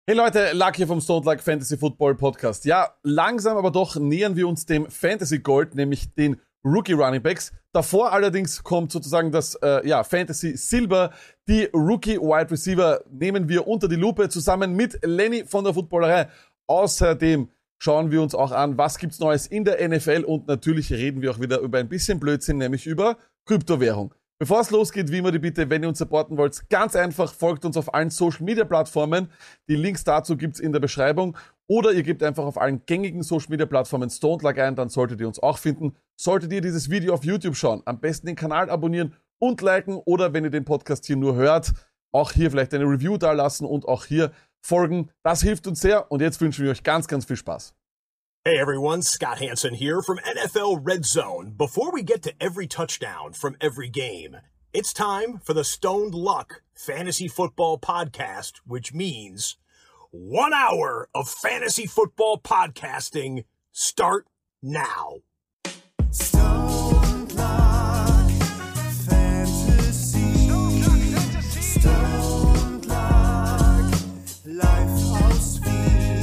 Hey Leute, Luck hier vom Stone Luck Fantasy Football Podcast. Ja, langsam aber doch nähern wir uns dem Fantasy Gold, nämlich den Rookie Running Backs. Davor allerdings kommt sozusagen das Fantasy Silber. Die Rookie Wide Receiver nehmen wir unter die Lupe zusammen mit Lenny von der Footballerei. Außerdem schauen wir uns auch an, was gibt's Neues in der NFL und natürlich reden wir auch wieder über ein bisschen Blödsinn, nämlich über Kryptowährung. Bevor es losgeht, wie immer die Bitte, wenn ihr uns supporten wollt, ganz einfach, folgt uns auf allen Social-Media-Plattformen. Die Links dazu gibt's in der Beschreibung. Oder ihr gebt einfach auf allen gängigen Social-Media-Plattformen Stone Luck ein, dann solltet ihr uns auch finden. Solltet ihr dieses Video auf YouTube schauen, am besten den Kanal abonnieren und liken. Oder wenn ihr den Podcast hier nur hört, auch hier vielleicht eine Review dalassen und auch hier folgen. Das hilft uns sehr und jetzt wünschen wir euch ganz, ganz viel Spaß. Hey everyone, Scott Hansen here from NFL Red Zone. Before we get to every touchdown from every game, it's time for the Stoned Luck Fantasy Football Podcast, which means 1 hour of fantasy football podcasting start now. Stoned Luck Fantasy, Stoned Luck Live aus Wien.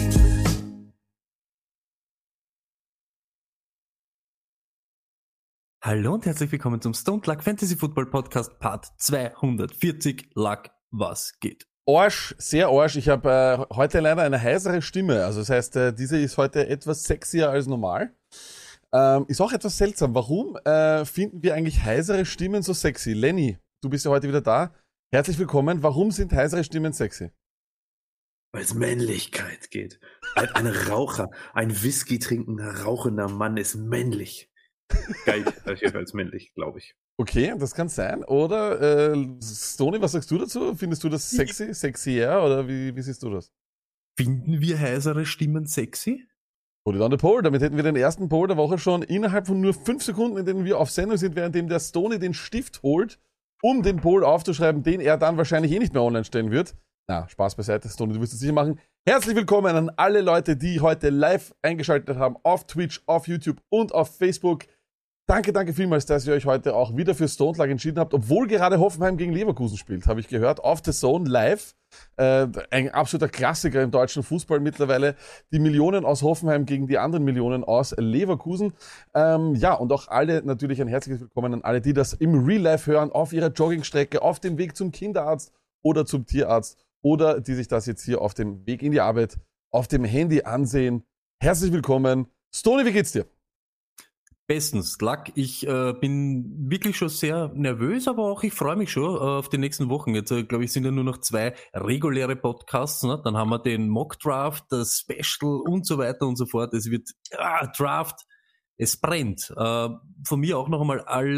Hallo und herzlich willkommen zum Stone Luck Fantasy Football Podcast Part 240. Luck, was geht? Arsch, sehr Arsch. Ich habe heute leider eine heisere Stimme. Also das heißt, diese ist heute etwas sexier als normal. Ist auch etwas seltsam. Warum finden wir eigentlich heisere Stimmen so sexy? Lenny, du bist ja heute wieder da. Herzlich willkommen. Warum sind heisere Stimmen sexy? Weil es Männlichkeit geht. Ein Raucher, ein Whisky trinkender, rauchender Mann ist männlich. Geil, als männlich, glaube ich. Okay, das kann sein. Oder, Stoney, was sagst du dazu? Findest du das sexy? Sexier? Oder wie siehst du das? Finden wir heisere Stimmen sexy? Put it on the poll. Damit hätten wir den ersten Poll der Woche schon innerhalb von nur 5 Sekunden, in denen wir auf Sendung sind, währenddem der Stoney den Stift holt, um den Poll aufzuschreiben, den er dann wahrscheinlich nicht mehr online stellen wird. Na, Spaß beiseite, Stoney, du wirst es sicher machen. Herzlich willkommen an alle Leute, die heute live eingeschaltet haben auf Twitch, auf YouTube und auf Facebook. Danke vielmals, dass ihr euch heute auch wieder für Stone Luck entschieden habt, obwohl gerade Hoffenheim gegen Leverkusen spielt, habe ich gehört, auf The Zone live. Ein absoluter Klassiker im deutschen Fußball mittlerweile. Die Millionen aus Hoffenheim gegen die anderen Millionen aus Leverkusen. Ja, und auch alle natürlich ein herzliches Willkommen an alle, die das im Real Life hören, auf ihrer Joggingstrecke, auf dem Weg zum Kinderarzt oder zum Tierarzt oder die sich das jetzt hier auf dem Weg in die Arbeit auf dem Handy ansehen. Herzlich willkommen. Stoney, wie geht's dir? Bestens, Luck. Ich bin wirklich schon sehr nervös, aber auch ich freue mich schon auf die nächsten Wochen. Jetzt, glaube ich, sind ja nur noch 2 reguläre Podcasts. Ne? Dann haben wir den Mock Draft, das Special und so weiter und so fort. Es wird Draft, es brennt. Von mir auch noch einmal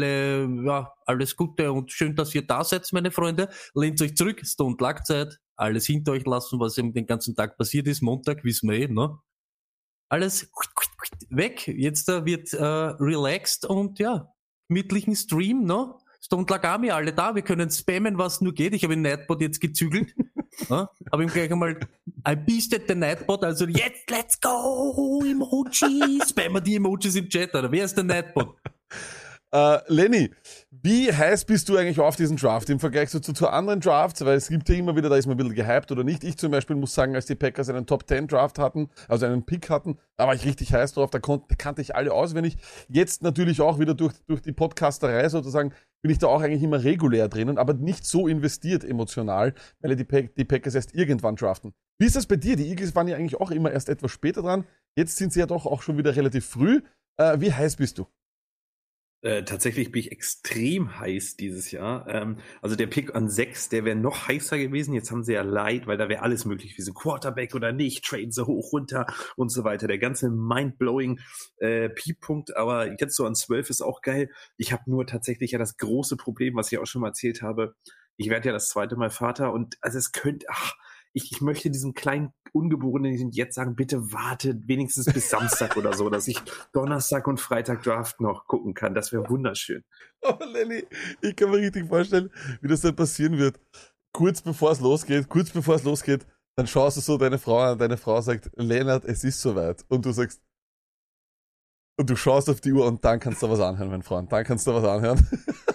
alles Gute und schön, dass ihr da seid, meine Freunde. Lehnt euch zurück, Stone Luck Zeit. Alles hinter euch lassen, was eben den ganzen Tag passiert ist. Montag, wissen wir ne? Alles weg. Jetzt wird relaxed und ja, gemütlichen Stream, ne? Stone Luck Army, alle da. Wir können spammen, was nur geht. Ich habe den Nightbot jetzt gezügelt. Habe ihm gleich einmal I beasted the Nightbot, also jetzt let's go, Emojis. Spammen die Emojis im Chat, oder? Wer ist der Nightbot? Lenny, wie heiß bist du eigentlich auf diesen Draft im Vergleich zu anderen Drafts? Weil es gibt ja immer wieder, da ist man ein bisschen gehypt oder nicht. Ich zum Beispiel muss sagen, als die Packers einen Top-10 Draft hatten, also einen Pick hatten, da war ich richtig heiß drauf, da kannte ich alle auswendig. Jetzt natürlich auch wieder durch die Podcasterei sozusagen, bin ich da auch eigentlich immer regulär drinnen, aber nicht so investiert emotional, weil die Packers erst irgendwann draften. Wie ist das bei dir? Die Eagles waren ja eigentlich auch immer erst etwas später dran. Jetzt sind sie ja doch auch schon wieder relativ früh. Wie heiß bist du? Tatsächlich bin ich extrem heiß dieses Jahr. Also der Pick an 6, der wäre noch heißer gewesen. Jetzt haben sie ja leid, weil da wäre alles möglich gewesen. Quarterback oder nicht, traden sie hoch, runter und so weiter. Der ganze mindblowing Piep-Punkt. Aber jetzt so an 12 ist auch geil. Ich habe nur tatsächlich ja das große Problem, was ich auch schon mal erzählt habe. Ich werde ja das 2. Mal Vater und also es könnte... Ich möchte diesem kleinen Ungeborenen jetzt sagen, bitte wartet wenigstens bis Samstag oder so, dass ich Donnerstag und Freitag Draft noch gucken kann. Das wäre wunderschön. Oh, Lenny, ich kann mir richtig vorstellen, wie das dann passieren wird. Kurz bevor es losgeht, dann schaust du so deine Frau an, deine Frau sagt, Lennart, es ist soweit. Und du sagst, und du schaust auf die Uhr und dann kannst du was anhören, mein Freund. Dann kannst du was anhören.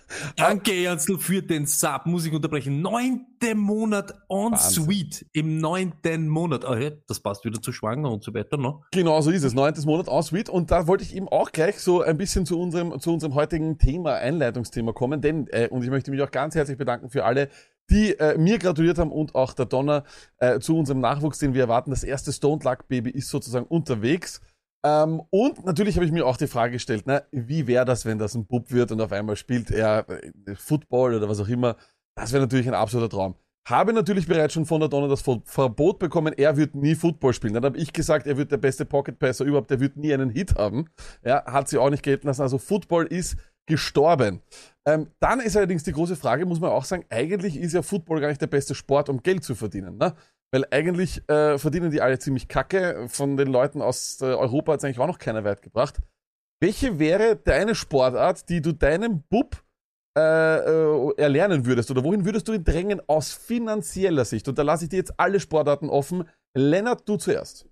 Danke, Ernstl, für den Sub. Muss ich unterbrechen. 9. Monat en Wahnsinn. suite. Im 9. Monat. Ah, ja, das passt wieder zu schwanger und so weiter, ne? Genau, so ist es. 9. Monat en suite. Und da wollte ich eben auch gleich so ein bisschen zu unserem heutigen Thema, Einleitungsthema kommen. Denn, und ich möchte mich auch ganz herzlich bedanken für alle, die mir gratuliert haben und auch der Donner zu unserem Nachwuchs, den wir erwarten. Das erste Stone Luck Baby ist sozusagen unterwegs. Und natürlich habe ich mir auch die Frage gestellt, wie wäre das, wenn das ein Bub wird und auf einmal spielt er Football oder was auch immer. Das wäre natürlich ein absoluter Traum. Habe natürlich bereits schon von der Donner das Verbot bekommen, er wird nie Football spielen. Dann habe ich gesagt, er wird der beste Pocket-Passer überhaupt, er wird nie einen Hit haben. Ja, hat sie auch nicht gelten lassen. Also Football ist gestorben. Dann ist allerdings die große Frage, muss man auch sagen, eigentlich ist ja Football gar nicht der beste Sport, um Geld zu verdienen, ne? Weil eigentlich verdienen die alle ziemlich kacke. Von den Leuten aus Europa hat es eigentlich auch noch keiner weit gebracht. Welche wäre deine Sportart, die du deinem Bub erlernen würdest? Oder wohin würdest du ihn drängen aus finanzieller Sicht? Und da lasse ich dir jetzt alle Sportarten offen. Lennart, du zuerst.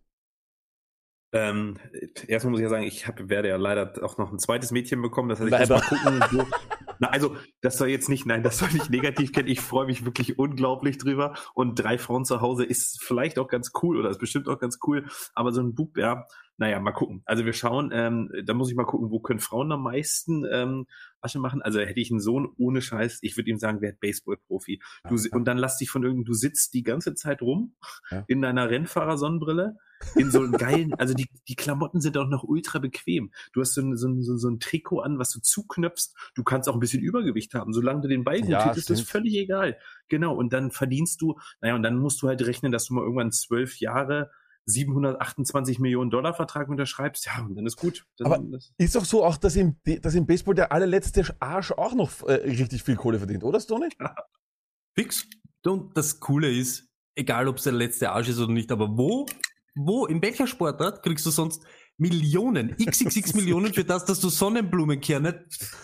Erstmal muss ich ja sagen, werde ja leider auch noch ein zweites Mädchen bekommen. Das heißt, ich Leider. muss mal gucken. Na, also, das soll nicht negativ kennen. Ich freue mich wirklich unglaublich drüber. Und 3 Frauen zu Hause ist vielleicht auch ganz cool oder ist bestimmt auch ganz cool. Aber so ein Bub, ja, naja, mal gucken. Also wir schauen, da muss ich mal gucken, wo können Frauen am meisten Asche machen. Also hätte ich einen Sohn, ohne Scheiß, ich würde ihm sagen, werd Baseball-Profi. Und dann lass dich du sitzt die ganze Zeit rum in deiner Rennfahrer-Sonnenbrille, in so einem geilen, also die Klamotten sind auch noch ultra bequem. Du hast so ein Trikot an, was du zuknöpfst. Du kannst auch ein bisschen Übergewicht haben. Solange du den Ball gut hittest, ist das völlig egal. Genau. Und dann verdienst du, und dann musst du halt rechnen, dass du mal irgendwann 12 Jahre 728 Millionen $ Vertrag unterschreibst, ja, und dann ist gut. Aber ist doch so auch, dass im Baseball der allerletzte Arsch auch noch richtig viel Kohle verdient, oder, Stoney? Fix. Und das Coole ist, egal ob es der letzte Arsch ist oder nicht, aber in welcher Sportart kriegst du sonst Millionen, xxx Millionen für das, dass du Sonnenblumenkerne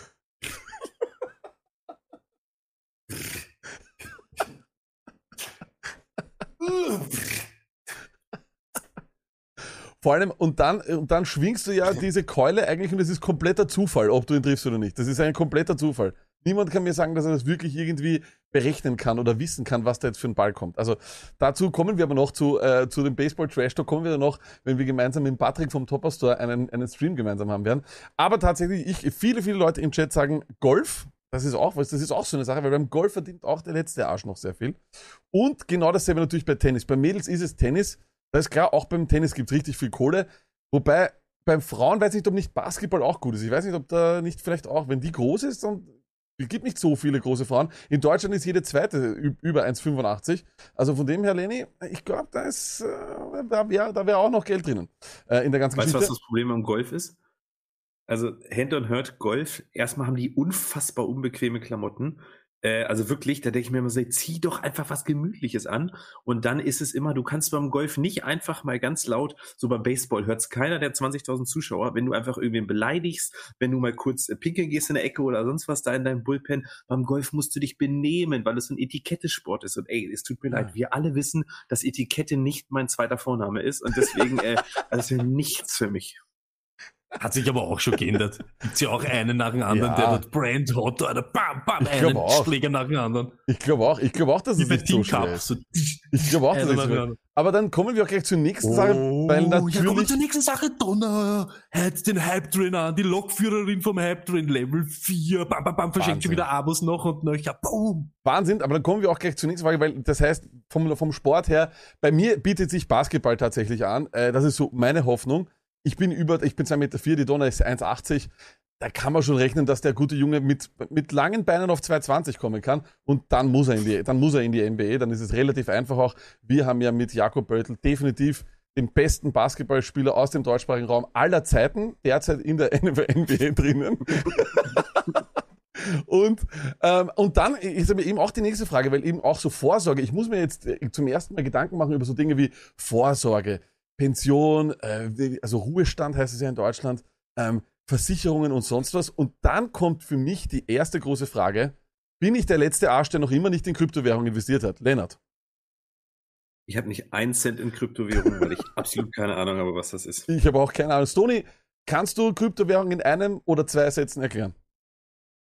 Vor allem, und dann schwingst du ja diese Keule eigentlich und es ist kompletter Zufall, ob du ihn triffst oder nicht. Das ist ein kompletter Zufall. Niemand kann mir sagen, dass er das wirklich irgendwie berechnen kann oder wissen kann, was da jetzt für ein Ball kommt. Also dazu kommen wir aber noch zu dem Baseball-Trash-Talk, kommen wir dann noch, wenn wir gemeinsam mit Patrick vom Topper Store einen Stream gemeinsam haben werden. Aber tatsächlich, viele Leute im Chat sagen Golf. Das ist auch so eine Sache, weil beim Golf verdient auch der letzte Arsch noch sehr viel. Und genau dasselbe natürlich bei Tennis. Bei Mädels ist es Tennis. Da ist klar, auch beim Tennis gibt es richtig viel Kohle. Wobei, beim Frauen weiß ich nicht, ob nicht Basketball auch gut ist. Ich weiß nicht, ob da nicht vielleicht auch, wenn die groß ist, dann es gibt nicht so viele große Frauen. In Deutschland ist jede zweite über 1,85. Also von dem her, Leni, ich glaube, da wäre auch noch Geld drinnen in der ganzen Geschichte. Geschichte. Weißt du, was das Problem am Golf ist? Also Hand on Hurt Golf, erstmal haben die unfassbar unbequeme Klamotten. Also wirklich, da denke ich mir immer so, zieh doch einfach was Gemütliches an. Und dann ist es immer, du kannst beim Golf nicht einfach mal ganz laut, so beim Baseball hört es keiner der 20.000 Zuschauer, wenn du einfach irgendwen beleidigst, wenn du mal kurz pinkeln gehst in der Ecke oder sonst was da in deinem Bullpen. Beim Golf musst du dich benehmen, weil es so ein Etikette-Sport ist. Und es tut mir leid, wir alle wissen, dass Etikette nicht mein zweiter Vorname ist. Und deswegen, das ist nichts für mich. Hat sich aber auch schon geändert. Gibt's ja auch einen nach dem anderen, der dort Brand hat, oder bam, einen Schläger nach dem anderen. Ich glaube auch, dass es nicht so schwer ist. Ich glaube auch, dass es nicht so schwer ist. Aber dann kommen wir auch gleich zur nächsten Sache, weil natürlich... Ja, kommen wir zur nächsten Sache, Donner, hat den Hype-Train an, die Lokführerin vom Hype-Train, Level 4, bam, bam, bam, verschenkt schon wieder Abos noch und nöcher, boom. Wahnsinn, aber dann kommen wir auch gleich zur nächsten Frage, weil das heißt, vom Sport her, bei mir bietet sich Basketball tatsächlich an, das ist so meine Hoffnung. Ich bin 2,4 Meter, die Donner ist 1,80. Da kann man schon rechnen, dass der gute Junge mit langen Beinen auf 2,20 kommen kann. Und dann muss er in die NBA. Dann ist es relativ einfach auch. Wir haben ja mit Jakob Böttl definitiv den besten Basketballspieler aus dem deutschsprachigen Raum aller Zeiten derzeit in der NBA drinnen. Und dann ist aber eben auch die nächste Frage, weil eben auch so Vorsorge. Ich muss mir jetzt zum ersten Mal Gedanken machen über so Dinge wie Vorsorge, Pension, also Ruhestand heißt es ja in Deutschland, Versicherungen und sonst was. Und dann kommt für mich die erste große Frage, bin ich der letzte Arsch, der noch immer nicht in Kryptowährung investiert hat? Lennart? Ich habe nicht 1 Cent in Kryptowährung, weil ich absolut keine Ahnung habe, was das ist. Ich habe auch keine Ahnung. Stoney, kannst du Kryptowährung in einem oder 2 Sätzen erklären?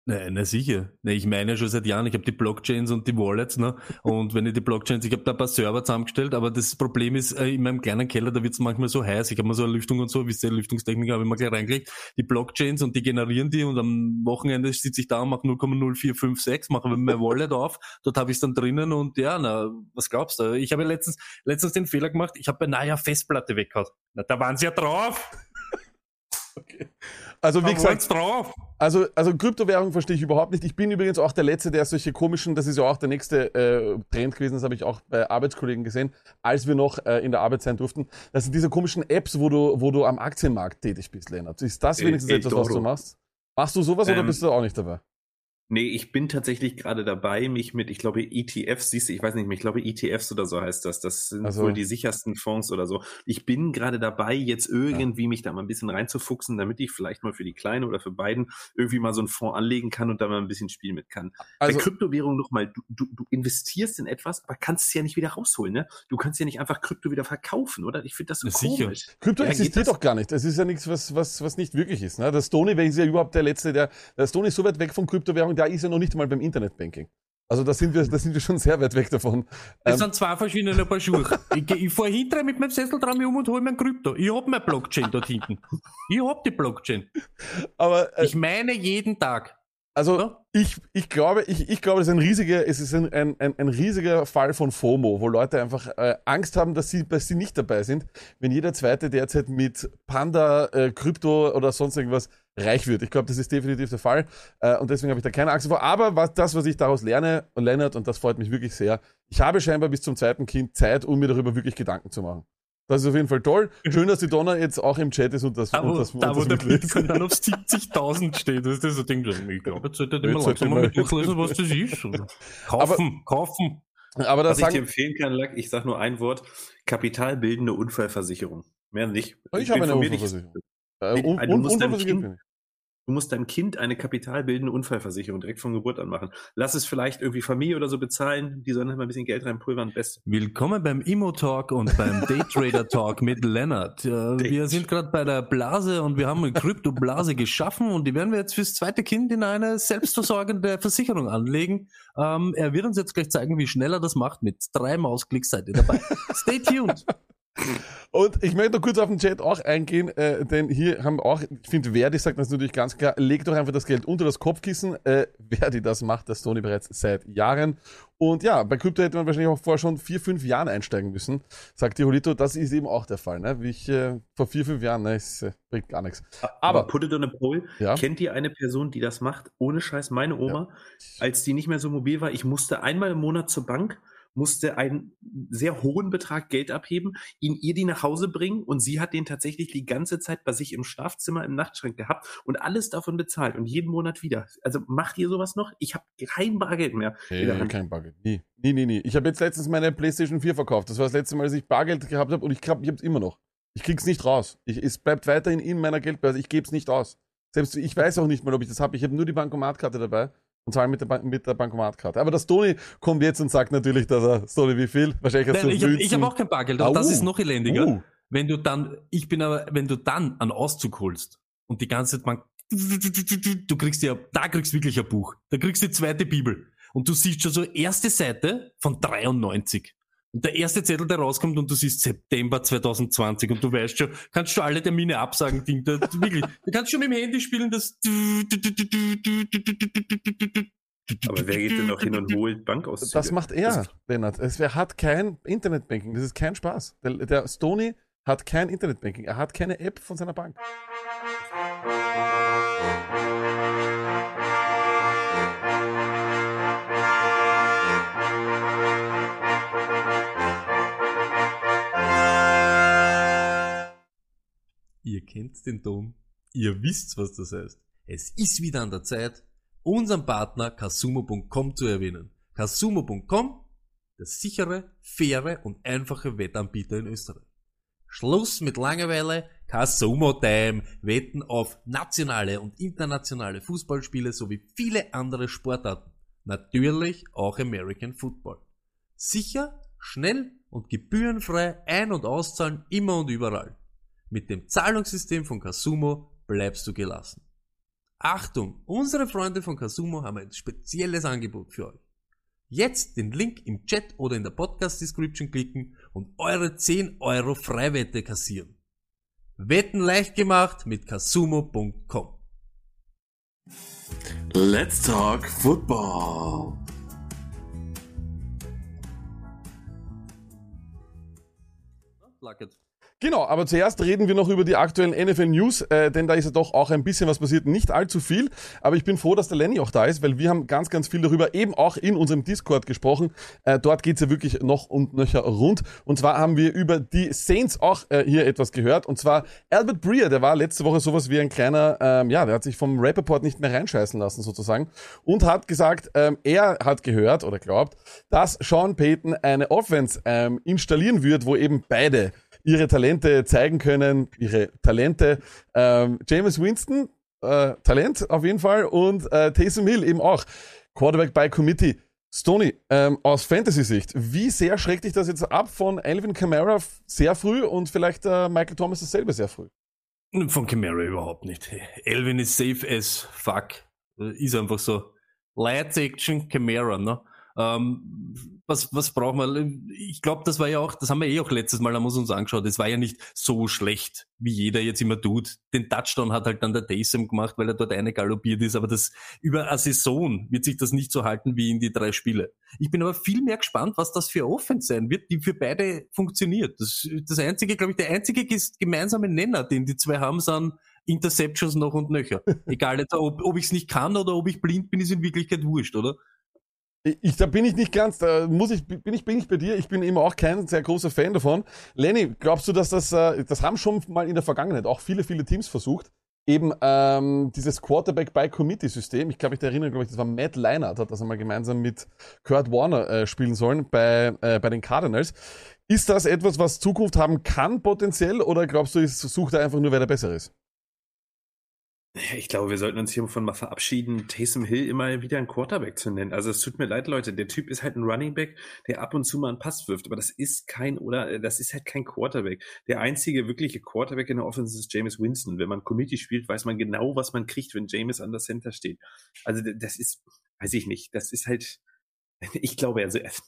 Na sicher. Ne, ich meine ja schon seit Jahren, ich habe die Blockchains und die Wallets, ne? Und wenn ich die Blockchains, ich habe da ein paar Server zusammengestellt, aber das Problem ist, in meinem kleinen Keller, da wird's manchmal so heiß, ich habe mal so eine Lüftung und so, wisst ihr, Lüftungstechnik habe ich mal gleich reingelegt, die Blockchains und die generieren die und am Wochenende sitze ich da und mache 0,0456, mache mein Wallet auf, dort habe ich es dann drinnen und ja, na, was glaubst du? Ich habe ja letztens den Fehler gemacht, ich habe beinahe eine Festplatte weggehauen. Na, da waren sie ja drauf! Okay. Also wie gesagt, drauf. also Kryptowährung verstehe ich überhaupt nicht. Ich bin übrigens auch der Letzte, der solche komischen, das ist ja auch der nächste Trend gewesen, das habe ich auch bei Arbeitskollegen gesehen, als wir noch in der Arbeit sein durften. Das sind diese komischen Apps, wo du am Aktienmarkt tätig bist, Lennart. Ist das wenigstens etwas, was du machst? Machst du sowas oder bist du auch nicht dabei? Nee, ich bin tatsächlich gerade dabei, mich mit, ich glaube, ETFs, siehst du, ich weiß nicht mehr, ich glaube, ETFs oder so heißt das. Das sind wohl die sichersten Fonds oder so. Ich bin gerade dabei, jetzt irgendwie mich da mal ein bisschen reinzufuchsen, damit ich vielleicht mal für die Kleine oder für beiden irgendwie mal so einen Fonds anlegen kann und da mal ein bisschen spielen mit kann. Also, bei Kryptowährung nochmal, du investierst in etwas, aber kannst es ja nicht wieder rausholen, ne? Du kannst ja nicht einfach Krypto wieder verkaufen, oder? Ich finde das so komisch. Krypto existiert doch gar nicht. Es ist ja nichts, was nicht wirklich ist. Ne? Der Stoney ist ja überhaupt der Letzte, der Stoney ist so weit weg von Kryptowährung, der ist ja noch nicht mal beim Internetbanking. Also da sind wir schon sehr weit weg davon. Das sind zwei verschiedene Paar Schuhe. Ich fahre hinterher mit meinem Sessel dran um und hole mein Krypto. Ich hab mein Blockchain dort hinten. Ich hab die Blockchain. Aber ich meine jeden Tag. Also ja? ich glaube, es ist ein riesiger Fall von FOMO, wo Leute einfach Angst haben, dass sie nicht dabei sind, wenn jeder Zweite derzeit mit Panda, Krypto oder sonst irgendwas reich wird. Ich glaube, das ist definitiv der Fall und deswegen habe ich da keine Angst vor. Aber was ich daraus lerne, Lennart, und das freut mich wirklich sehr, ich habe scheinbar bis zum zweiten Kind Zeit, um mir darüber wirklich Gedanken zu machen. Das ist auf jeden Fall toll. Schön, dass die Donna jetzt auch im Chat ist und das wo der Bitcoin dann auf 70.000 steht. Das ist das so Ding. Ich glaube, jetzt sollte immer langsam mal durchlesen, was das ist. Kaufen. Aber was ich dir empfehlen kann, Lack, ich sage nur ein Wort: kapitalbildende Unfallversicherung. Mehr nicht. Ich habe eine Unfallversicherung. Du musst deinem Kind eine kapitalbildende Unfallversicherung direkt von Geburt an machen. Lass es vielleicht irgendwie Familie oder so bezahlen, die sollen halt mal ein bisschen Geld reinpulvern, best. Willkommen beim Immo-Talk und beim Daytrader-Talk mit Lennart. Wir sind gerade bei der Blase und wir haben eine Kryptoblase geschaffen und die werden wir jetzt fürs zweite Kind in eine selbstversorgende Versicherung anlegen. Er wird uns jetzt gleich zeigen, wie schnell er das macht. Mit 3 Mausklicks seid ihr dabei. Stay tuned! Und ich möchte noch kurz auf den Chat auch eingehen, denn hier haben auch, ich finde, Verdi sagt das natürlich ganz klar, legt doch einfach das Geld unter das Kopfkissen. Verdi, das macht der Stoney bereits seit Jahren. Und ja, bei Krypto hätte man wahrscheinlich auch vor schon 4-5 Jahren einsteigen müssen, sagt die Holito. Das ist eben auch der Fall, ne? Wie ich vor 4-5 Jahren, ne, es bringt gar nichts. Aber put it on a poll. Ja? Kennt ihr eine Person, die das macht? Ohne Scheiß, meine Oma, als die nicht mehr so mobil war, ich musste einmal im Monat zur Bank, musste einen sehr hohen Betrag Geld abheben, ihr die nach Hause bringen und sie hat den tatsächlich die ganze Zeit bei sich im Schlafzimmer im Nachtschrank gehabt und alles davon bezahlt und jeden Monat wieder. Also macht ihr sowas noch? Ich habe kein Bargeld mehr. Kein Bargeld. Nie. Ich habe jetzt letztens meine PlayStation 4 verkauft. Das war das letzte Mal, dass ich Bargeld gehabt habe und ich habe es immer noch. Ich krieg's nicht raus. Es bleibt weiterhin in meiner Geldbörse. Ich gebe es nicht aus. Selbst ich weiß auch nicht mal, ob ich das habe. Ich habe nur die Bankomatkarte dabei. Und zahle mit der Bankomatkarte. Aber der Stoney kommt jetzt und sagt natürlich, dass er, Stoney, wie viel? Wahrscheinlich hast ich hab auch kein Bargeld, aber das ist noch elendiger. Wenn du dann einen Auszug holst und die ganze Zeit du kriegst wirklich ein Buch. Da kriegst du die zweite Bibel. Und du siehst schon so erste Seite von 93. Und der erste Zettel, der rauskommt und du siehst September 2020 und du weißt schon, kannst du alle Termine absagen, Ding, wirklich. Du kannst schon mit dem Handy spielen, das. Aber wer geht denn noch hin und holt Bankauszüge? Das macht er, Lennart. Er hat kein Internetbanking, das ist kein Spaß. Der Stoney hat kein Internetbanking, er hat keine App von seiner Bank. Ihr kennt den Ton, ihr wisst, was das heißt. Es ist wieder an der Zeit, unseren Partner Casumo.com zu erwähnen. Casumo.com, der sichere, faire und einfache Wettanbieter in Österreich. Schluss mit Langeweile, Casumo Time, Wetten auf nationale und internationale Fußballspiele sowie viele andere Sportarten. Natürlich auch American Football. Sicher, schnell und gebührenfrei ein- und auszahlen, immer und überall. Mit dem Zahlungssystem von Casumo bleibst du gelassen. Achtung, unsere Freunde von Casumo haben ein spezielles Angebot für euch. Jetzt den Link im Chat oder in der Podcast-Description klicken und eure 10 Euro Freiwette kassieren. Wetten leicht gemacht mit casumo.com. Let's talk football. Genau, aber zuerst reden wir noch über die aktuellen NFL-News, denn da ist ja doch auch ein bisschen was passiert, nicht allzu viel, aber ich bin froh, dass der Lenny auch da ist, weil wir haben ganz, ganz viel darüber, eben auch in unserem Discord gesprochen. Dort geht's ja wirklich noch und nöcher rund, und zwar haben wir über die Saints auch hier etwas gehört, und zwar Albert Breer, der war letzte Woche sowas wie ein kleiner, der hat sich vom Rappaport nicht mehr reinscheißen lassen sozusagen, und hat gesagt, er hat gehört oder glaubt, dass Sean Payton eine Offense installieren wird, wo eben beide ihre Talente zeigen können, Jameis Winston, Talent auf jeden Fall, und Taysom Hill eben auch, Quarterback by Committee. Stoney, aus Fantasy-Sicht, wie sehr schreckt dich das jetzt ab von Alvin Kamara sehr früh und vielleicht Michael Thomas dasselbe sehr früh? Von Kamara überhaupt nicht. Alvin ist safe as fuck. Ist einfach so. Light Action Kamara, ne? Was braucht man? Ich glaube, das war ja auch, das haben wir auch letztes Mal, haben wir uns angeschaut, es war ja nicht so schlecht, wie jeder jetzt immer tut. Den Touchdown hat halt dann der Taysom gemacht, weil er dort eine galoppiert ist, aber das über eine Saison wird sich das nicht so halten wie in die 3 Spiele. Ich bin aber viel mehr gespannt, was das für Offense sein wird, die für beide funktioniert. Das einzige, glaube ich, der einzige gemeinsame Nenner, den die zwei haben, sind Interceptions noch und nöcher. Egal jetzt, ob ich es nicht kann oder ob ich blind bin, ist in Wirklichkeit wurscht, oder? Da bin ich nicht ganz, bin ich bei dir, ich bin eben auch kein sehr großer Fan davon. Lenny, glaubst du, dass das haben schon mal in der Vergangenheit auch viele, viele Teams versucht, eben dieses Quarterback-by-Committee-System, ich erinnere, das war Matt Leinart, hat das einmal gemeinsam mit Kurt Warner spielen sollen bei den Cardinals. Ist das etwas, was Zukunft haben kann potenziell, oder glaubst du, sucht er einfach nur, wer der Bessere ist? Ich glaube, wir sollten uns hiervon mal verabschieden, Taysom Hill immer wieder einen Quarterback zu nennen. Also es tut mir leid, Leute, der Typ ist halt ein Running Back, der ab und zu mal einen Pass wirft, aber das ist halt kein Quarterback. Der einzige wirkliche Quarterback in der Offense ist Jameis Winston. Wenn man Committee spielt, weiß man genau, was man kriegt, wenn Jameis an der Center steht. Also das ist, weiß ich nicht, das ist halt, ich glaube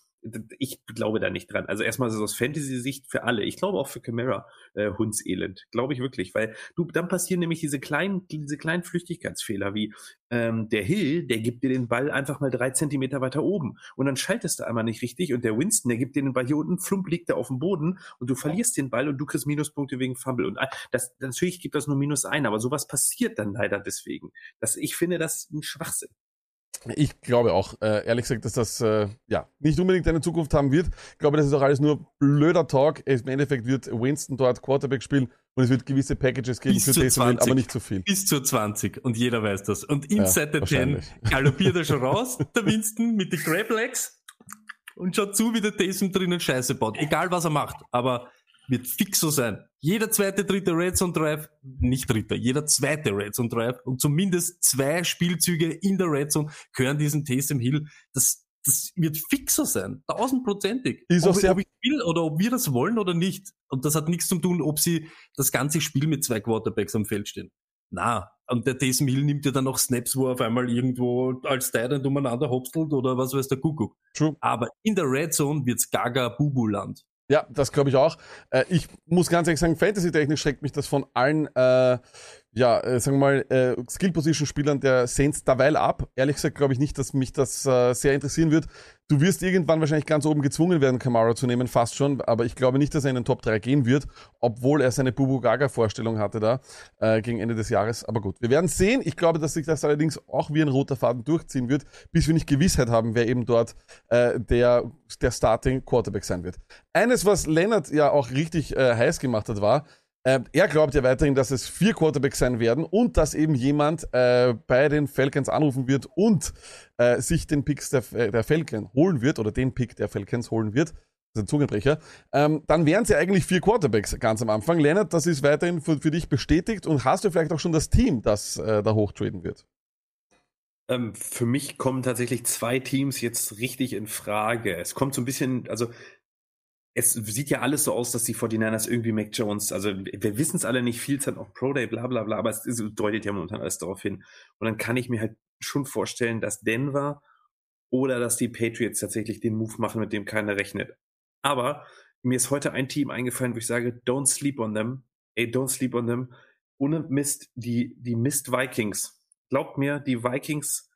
da nicht dran. Also erstmal so aus Fantasy-Sicht für alle. Ich glaube auch für Kamara Hundselend. Glaube ich wirklich. Weil dann passieren nämlich diese kleinen Flüchtigkeitsfehler wie der Hill, der gibt dir den Ball einfach mal 3 Zentimeter weiter oben. Und dann schaltest du einmal nicht richtig. Und der Winston, der gibt dir den Ball hier unten, flump liegt er auf dem Boden und du verlierst den Ball und du kriegst Minuspunkte wegen Fumble. Und natürlich gibt das nur -1, aber sowas passiert dann leider deswegen. Ich finde das ein Schwachsinn. Ich glaube auch, ehrlich gesagt, dass das nicht unbedingt eine Zukunft haben wird. Ich glaube, das ist auch alles nur blöder Talk. Im Endeffekt wird Winston dort Quarterback spielen und es wird gewisse Packages geben für Taysom, aber nicht zu viel. Bis zur 20 und jeder weiß das. Und inside the 10 galoppiert er schon raus, der Winston mit den Crab Legs, und schaut zu, wie der Taysom drinnen Scheiße baut. Egal, was er macht, aber wird fix so sein. Jeder zweite Red Zone Drive, jeder zweite Red Zone Drive und zumindest 2 Spielzüge in der Red Zone gehören diesem Taysom Hill. Das wird fix so sein. 1000%ig. Ob ich will oder ob wir das wollen oder nicht. Und das hat nichts zu tun, ob sie das ganze Spiel mit 2 Quarterbacks am Feld stehen. Und der Taysom Hill nimmt ja dann noch Snaps, wo er auf einmal irgendwo als Tight End umeinander hopstelt oder was weiß der Kuckuck. True. Aber in der Red Zone wird's Gaga-Bubu-Land. Ja, das glaube ich auch. Ich muss ganz ehrlich sagen, Fantasy-technisch schreckt mich das von allen, Skill-Position-Spielern der Saints derweil ab. Ehrlich gesagt glaube ich nicht, dass mich das sehr interessieren wird. Du wirst irgendwann wahrscheinlich ganz oben gezwungen werden, Kamara zu nehmen, fast schon, aber ich glaube nicht, dass er in den Top 3 gehen wird, obwohl er seine Bubu-Gaga-Vorstellung hatte da gegen Ende des Jahres. Aber gut, wir werden sehen. Ich glaube, dass sich das allerdings auch wie ein roter Faden durchziehen wird, bis wir nicht Gewissheit haben, wer eben dort der Starting Quarterback sein wird. Eines, was Lennart ja auch richtig heiß gemacht hat, war, er glaubt ja weiterhin, dass es 4 Quarterbacks sein werden und dass eben jemand bei den Falcons anrufen wird und sich den Picks der Falcons holen wird oder den Pick der Falcons holen wird. Das ist ein Zungenbrecher. Dann wären es ja eigentlich 4 Quarterbacks ganz am Anfang. Lennart, das ist weiterhin für dich bestätigt, und hast du vielleicht auch schon das Team, das da hochtraden wird? Für mich kommen tatsächlich 2 Teams jetzt richtig in Frage. Es kommt so ein bisschen, also es sieht ja alles so aus, dass die 49ers irgendwie Mac Jones, also wir wissen es alle nicht, viel Zeit auf Pro Day, bla bla bla, aber es deutet ja momentan alles darauf hin. Und dann kann ich mir halt schon vorstellen, dass Denver oder dass die Patriots tatsächlich den Move machen, mit dem keiner rechnet. Aber mir ist heute ein Team eingefallen, wo ich sage, don't sleep on them. Ey, don't sleep on them. Ohne Mist, die Mist Vikings. Glaubt mir, die Vikings.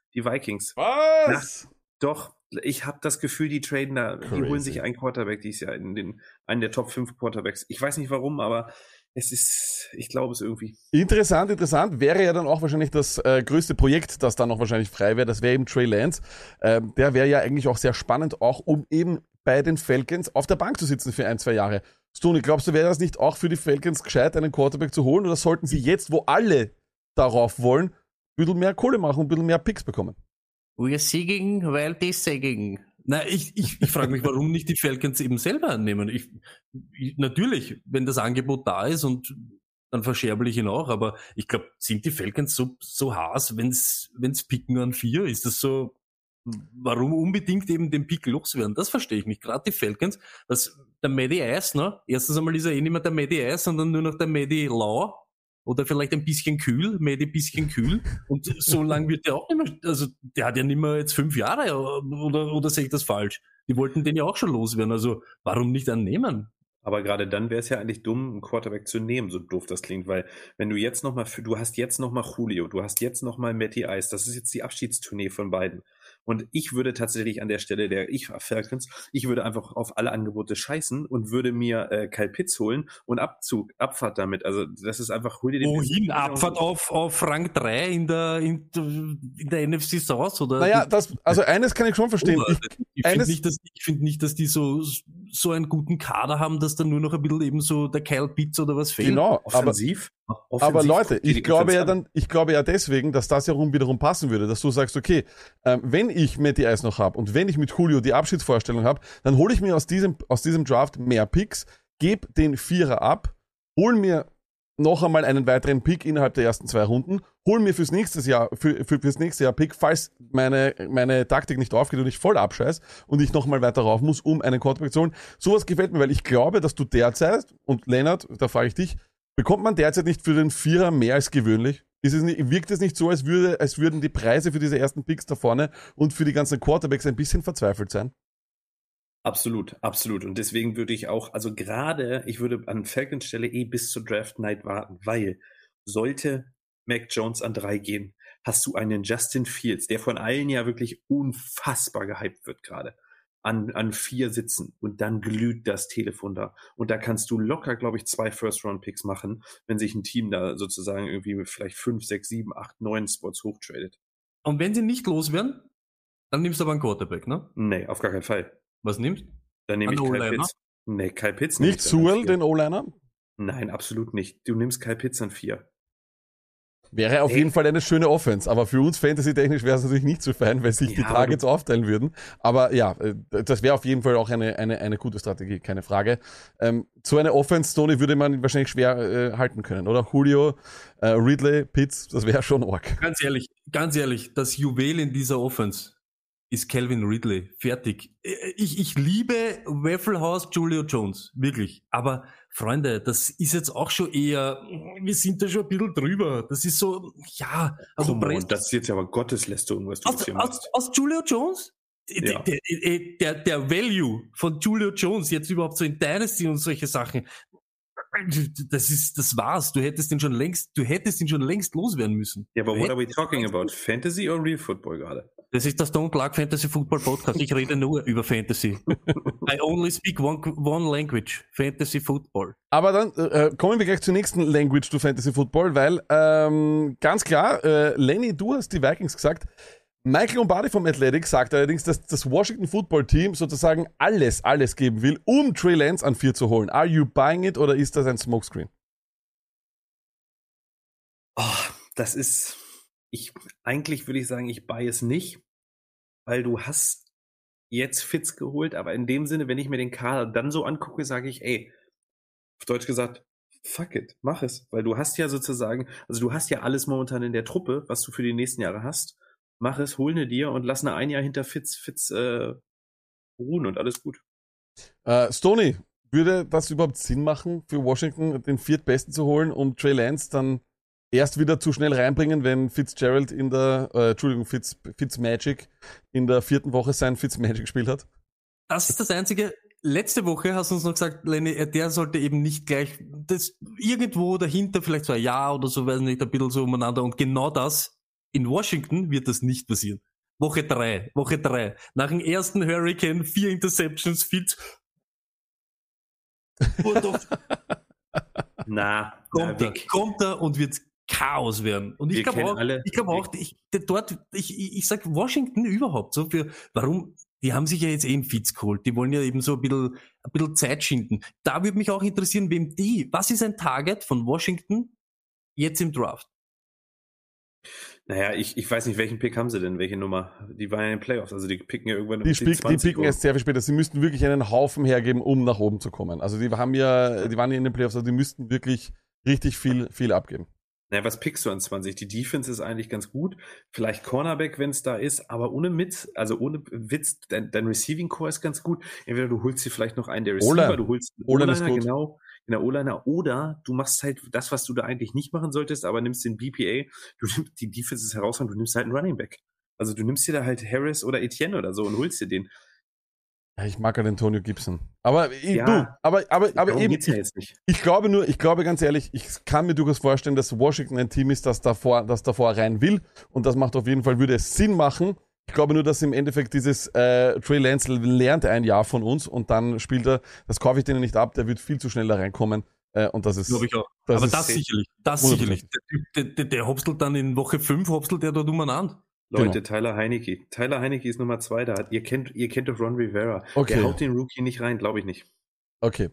Was? Ja, doch, ich habe das Gefühl, die traden da, die Crazy. holen sich einen Quarterback dieses Jahr einen der Top 5 Quarterbacks. Ich weiß nicht warum, aber ich glaube es irgendwie. Interessant. Wäre ja dann auch wahrscheinlich das größte Projekt, das dann noch wahrscheinlich frei wäre. Das wäre eben Trey Lance. Der wäre ja eigentlich auch sehr spannend, auch um eben bei den Falcons auf der Bank zu sitzen für 1-2 Jahre. Stoney, glaubst du, wäre das nicht auch für die Falcons gescheit, einen Quarterback zu holen? Oder sollten sie jetzt, wo alle darauf wollen, ein bisschen mehr Kohle machen und ein bisschen mehr Picks bekommen? Wir siegen, weil die sägen. Na, ich frage mich, warum nicht die Falcons eben selber annehmen. Natürlich, wenn das Angebot da ist und dann verscherble ich ihn auch, aber ich glaube, sind die Falcons so heiß, wenn's picken an 4? Ist das so, warum unbedingt eben den Pick loswerden? Das verstehe ich nicht. Gerade die Falcons, der Matty Ice, ne? Erstens einmal ist er nicht mehr der Matty Ice, sondern nur noch der Matty Law. Oder vielleicht ein bisschen kühl, Matty bisschen kühl. Und so lang wird der auch nicht mehr, also der hat ja nicht mehr jetzt 5 Jahre, oder sehe ich das falsch? Die wollten den ja auch schon loswerden, also warum nicht annehmen? Aber gerade dann wäre es ja eigentlich dumm, einen Quarterback zu nehmen, so doof das klingt, weil wenn du jetzt nochmal, du hast jetzt nochmal Julio, du hast jetzt nochmal Matty Ice, das ist jetzt die Abschiedstournee von beiden. Und ich würde tatsächlich an der Stelle Falcons, ich würde einfach auf alle Angebote scheißen und würde mir Kyle Pitts holen und Abfahrt damit. Also das ist einfach, hol dir den Wohin? Abfahrt auf Rang 3 in der NFC South? Oder? Naja, also eines kann ich schon verstehen. Ich finde nicht, dass die so einen guten Kader haben, dass da nur noch ein bisschen eben so der Kyle Pitts oder was fehlt. Genau, Offensiv aber Leute, ich glaube Offensiv ja deswegen, dass das ja wiederum passen würde, dass du sagst, okay, wenn ich Matty Ice noch habe und wenn ich mit Julio die Abschiedsvorstellung habe, dann hole ich mir aus diesem Draft mehr Picks, gebe den Vierer ab, hol mir noch einmal einen weiteren Pick innerhalb der ersten 2 Runden, hol mir fürs nächste Jahr Pick, falls meine Taktik nicht aufgeht und ich voll abscheiß und ich noch mal weiter rauf muss, um einen Quarterback zu holen. Sowas gefällt mir, weil ich glaube, dass du derzeit, und Lennart, da frage ich dich, bekommt man derzeit nicht für den Vierer mehr als gewöhnlich? Wirkt es nicht so, als würden die Preise für diese ersten Picks da vorne und für die ganzen Quarterbacks ein bisschen verzweifelt sein? Absolut. Und deswegen würde ich auch, also gerade, ich würde an Falcons Stelle bis zur Draft Night warten, weil sollte Mac Jones an 3 gehen, hast du einen Justin Fields, der von allen ja wirklich unfassbar gehypt wird gerade, an 4 sitzen und dann glüht das Telefon da. Und da kannst du locker, glaube ich, 2 First-Round-Picks machen, wenn sich ein Team da sozusagen irgendwie mit vielleicht 5, 6, 7, 8, 9 Spots hochtradet. Und wenn sie nicht loswerden, dann nimmst du aber einen Quarterback, ne? Nee, auf gar keinen Fall. Was nimmst? Dann nehme ich Einen Kyle O-Liner? Pitts. Nee, Kyle Pitts Nicht Sewell, den O-Liner? Nein, absolut nicht. Du nimmst Kyle Pitts an 4. Wäre auf jeden Fall eine schöne Offense, aber für uns Fantasy-technisch wäre es natürlich nicht so fein, weil sich die Targets aufteilen würden. Aber ja, das wäre auf jeden Fall auch eine gute Strategie, keine Frage. So eine Offense, Stoney, würde man wahrscheinlich schwer halten können, oder? Julio, Ridley, Pitts, das wäre schon arg. Ganz ehrlich, das Juwel in dieser Offense ist Calvin Ridley. Fertig. Ich liebe Waffle House Julio Jones. Wirklich. Aber, Freunde, das ist jetzt auch schon eher, wir sind da schon ein bisschen drüber. Das ist so, ja. Also und das ist jetzt aber Gotteslästerung, was du jetzt hier machst. Aus Julio Jones? Ja. Der Value von Julio Jones jetzt überhaupt so in Dynasty und solche Sachen, das war's. Du hättest ihn schon längst loswerden müssen. Ja, aber what are we talking about? Fantasy or Real Football gerade? Das ist der Stone Clark Fantasy Football Podcast. Ich rede nur über Fantasy. I only speak one language. Fantasy Football. Aber dann kommen wir gleich zur nächsten Language to Fantasy Football, weil ganz klar, Lenny, du hast die Vikings gesagt. Michael Lombardi vom Athletic sagt allerdings, dass das Washington Football Team sozusagen alles geben will, um Trey Lance an 4 zu holen. Are you buying it oder ist das ein Smokescreen? Das ist, eigentlich würde ich sagen, ich buy es nicht, weil du hast jetzt Fitz geholt, aber in dem Sinne, wenn ich mir den Kader dann so angucke, sage ich, ey, auf Deutsch gesagt, fuck it, mach es, weil du hast ja sozusagen, also du hast ja alles momentan in der Truppe, was du für die nächsten Jahre hast. Mach es, hol ne dir und lass ein Jahr hinter Fitz ruhen und alles gut. Stoney, würde das überhaupt Sinn machen, für Washington den viertbesten zu holen, um Trey Lance dann erst wieder zu schnell reinbringen, wenn Fitzgerald Fitzmagic in der 4. Woche sein Fitzmagic gespielt hat? Das ist das Einzige. Letzte Woche hast du uns noch gesagt, Lenny, der sollte eben nicht gleich, das irgendwo dahinter, vielleicht so ein Jahr oder so, weiß nicht, ein bisschen so umeinander. Und genau das, in Washington wird das nicht passieren. Woche 3. Nach dem ersten Hurricane, 4 Interceptions, Fitz. Kommt er und wird Chaos werden. Und ich glaube auch, ich sag Washington überhaupt so warum, die haben sich ja jetzt einen Fitz geholt, die wollen ja eben so ein bisschen Zeit schinden. Da würde mich auch interessieren, was ist ein Target von Washington jetzt im Draft? Naja, ich weiß nicht, welchen Pick haben sie denn? Welche Nummer? Die waren ja in den Playoffs, also die picken ja irgendwann die picken erst sehr viel später. Sie müssten wirklich einen Haufen hergeben, um nach oben zu kommen. Also die waren ja in den Playoffs, also die müssten wirklich richtig viel abgeben. Naja, was pickst du an 20? Die Defense ist eigentlich ganz gut. Vielleicht Cornerback, wenn es da ist, aber ohne Witz, dein Receiving Core ist ganz gut. Entweder du holst dir vielleicht noch einen der Receiver, du holst einen O-Liner, genau, in der O-Liner, oder du machst halt das, was du da eigentlich nicht machen solltest, aber nimmst den BPA, die Defense ist herausragend, du nimmst halt einen Running Back. Also du nimmst dir da halt Harris oder Etienne oder so und holst dir den. Ja, ich mag halt Antonio Gibson. Aber eben geht's ja jetzt nicht. Ich glaube ganz ehrlich, ich kann mir durchaus vorstellen, dass Washington ein Team ist, das davor rein will. Und das macht auf jeden Fall, würde es Sinn machen. Ich glaube nur, dass im Endeffekt dieses Trey Lance lernt ein Jahr von uns und dann spielt er, das kaufe ich denen nicht ab, der wird viel zu schnell da reinkommen. Und das ist. Glaube ich auch. Aber das sicherlich. Der hopstelt dann in Woche 5, hopstelt der dort umeinander. Leute, Tyler Heinecke ist Nummer 2 da. Ihr kennt doch Ron Rivera. Okay. Der haut den Rookie nicht rein, glaube ich nicht. Okay.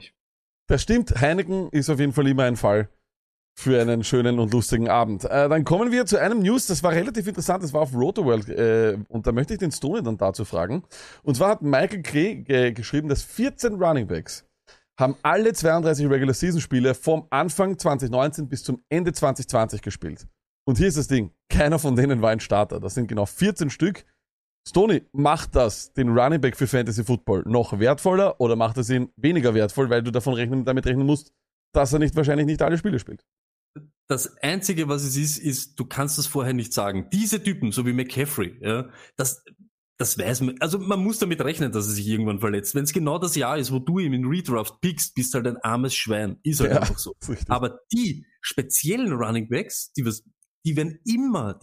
Das stimmt, Heineken ist auf jeden Fall immer ein Fall für einen schönen und lustigen Abend. Dann kommen wir zu einem News, das war relativ interessant, das war auf Rotoworld und da möchte ich den Stoney dann dazu fragen. Und zwar hat Michael Klee geschrieben, dass 14 Runningbacks haben alle 32 Regular Season Spiele vom Anfang 2019 bis zum Ende 2020 gespielt. Und hier ist das Ding, keiner von denen war ein Starter. Das sind genau 14 Stück. Stoney, macht das den Running Back für Fantasy Football noch wertvoller oder macht es ihn weniger wertvoll, weil du damit rechnen musst, dass er wahrscheinlich nicht alle Spiele spielt? Das Einzige, was es ist, du kannst das vorher nicht sagen. Diese Typen, so wie McCaffrey, ja, das weiß man. Also man muss damit rechnen, dass er sich irgendwann verletzt. Wenn es genau das Jahr ist, wo du ihm in Redraft pickst, bist halt ein armes Schwein. Ist halt einfach so. Aber die speziellen Running Backs, die werden immer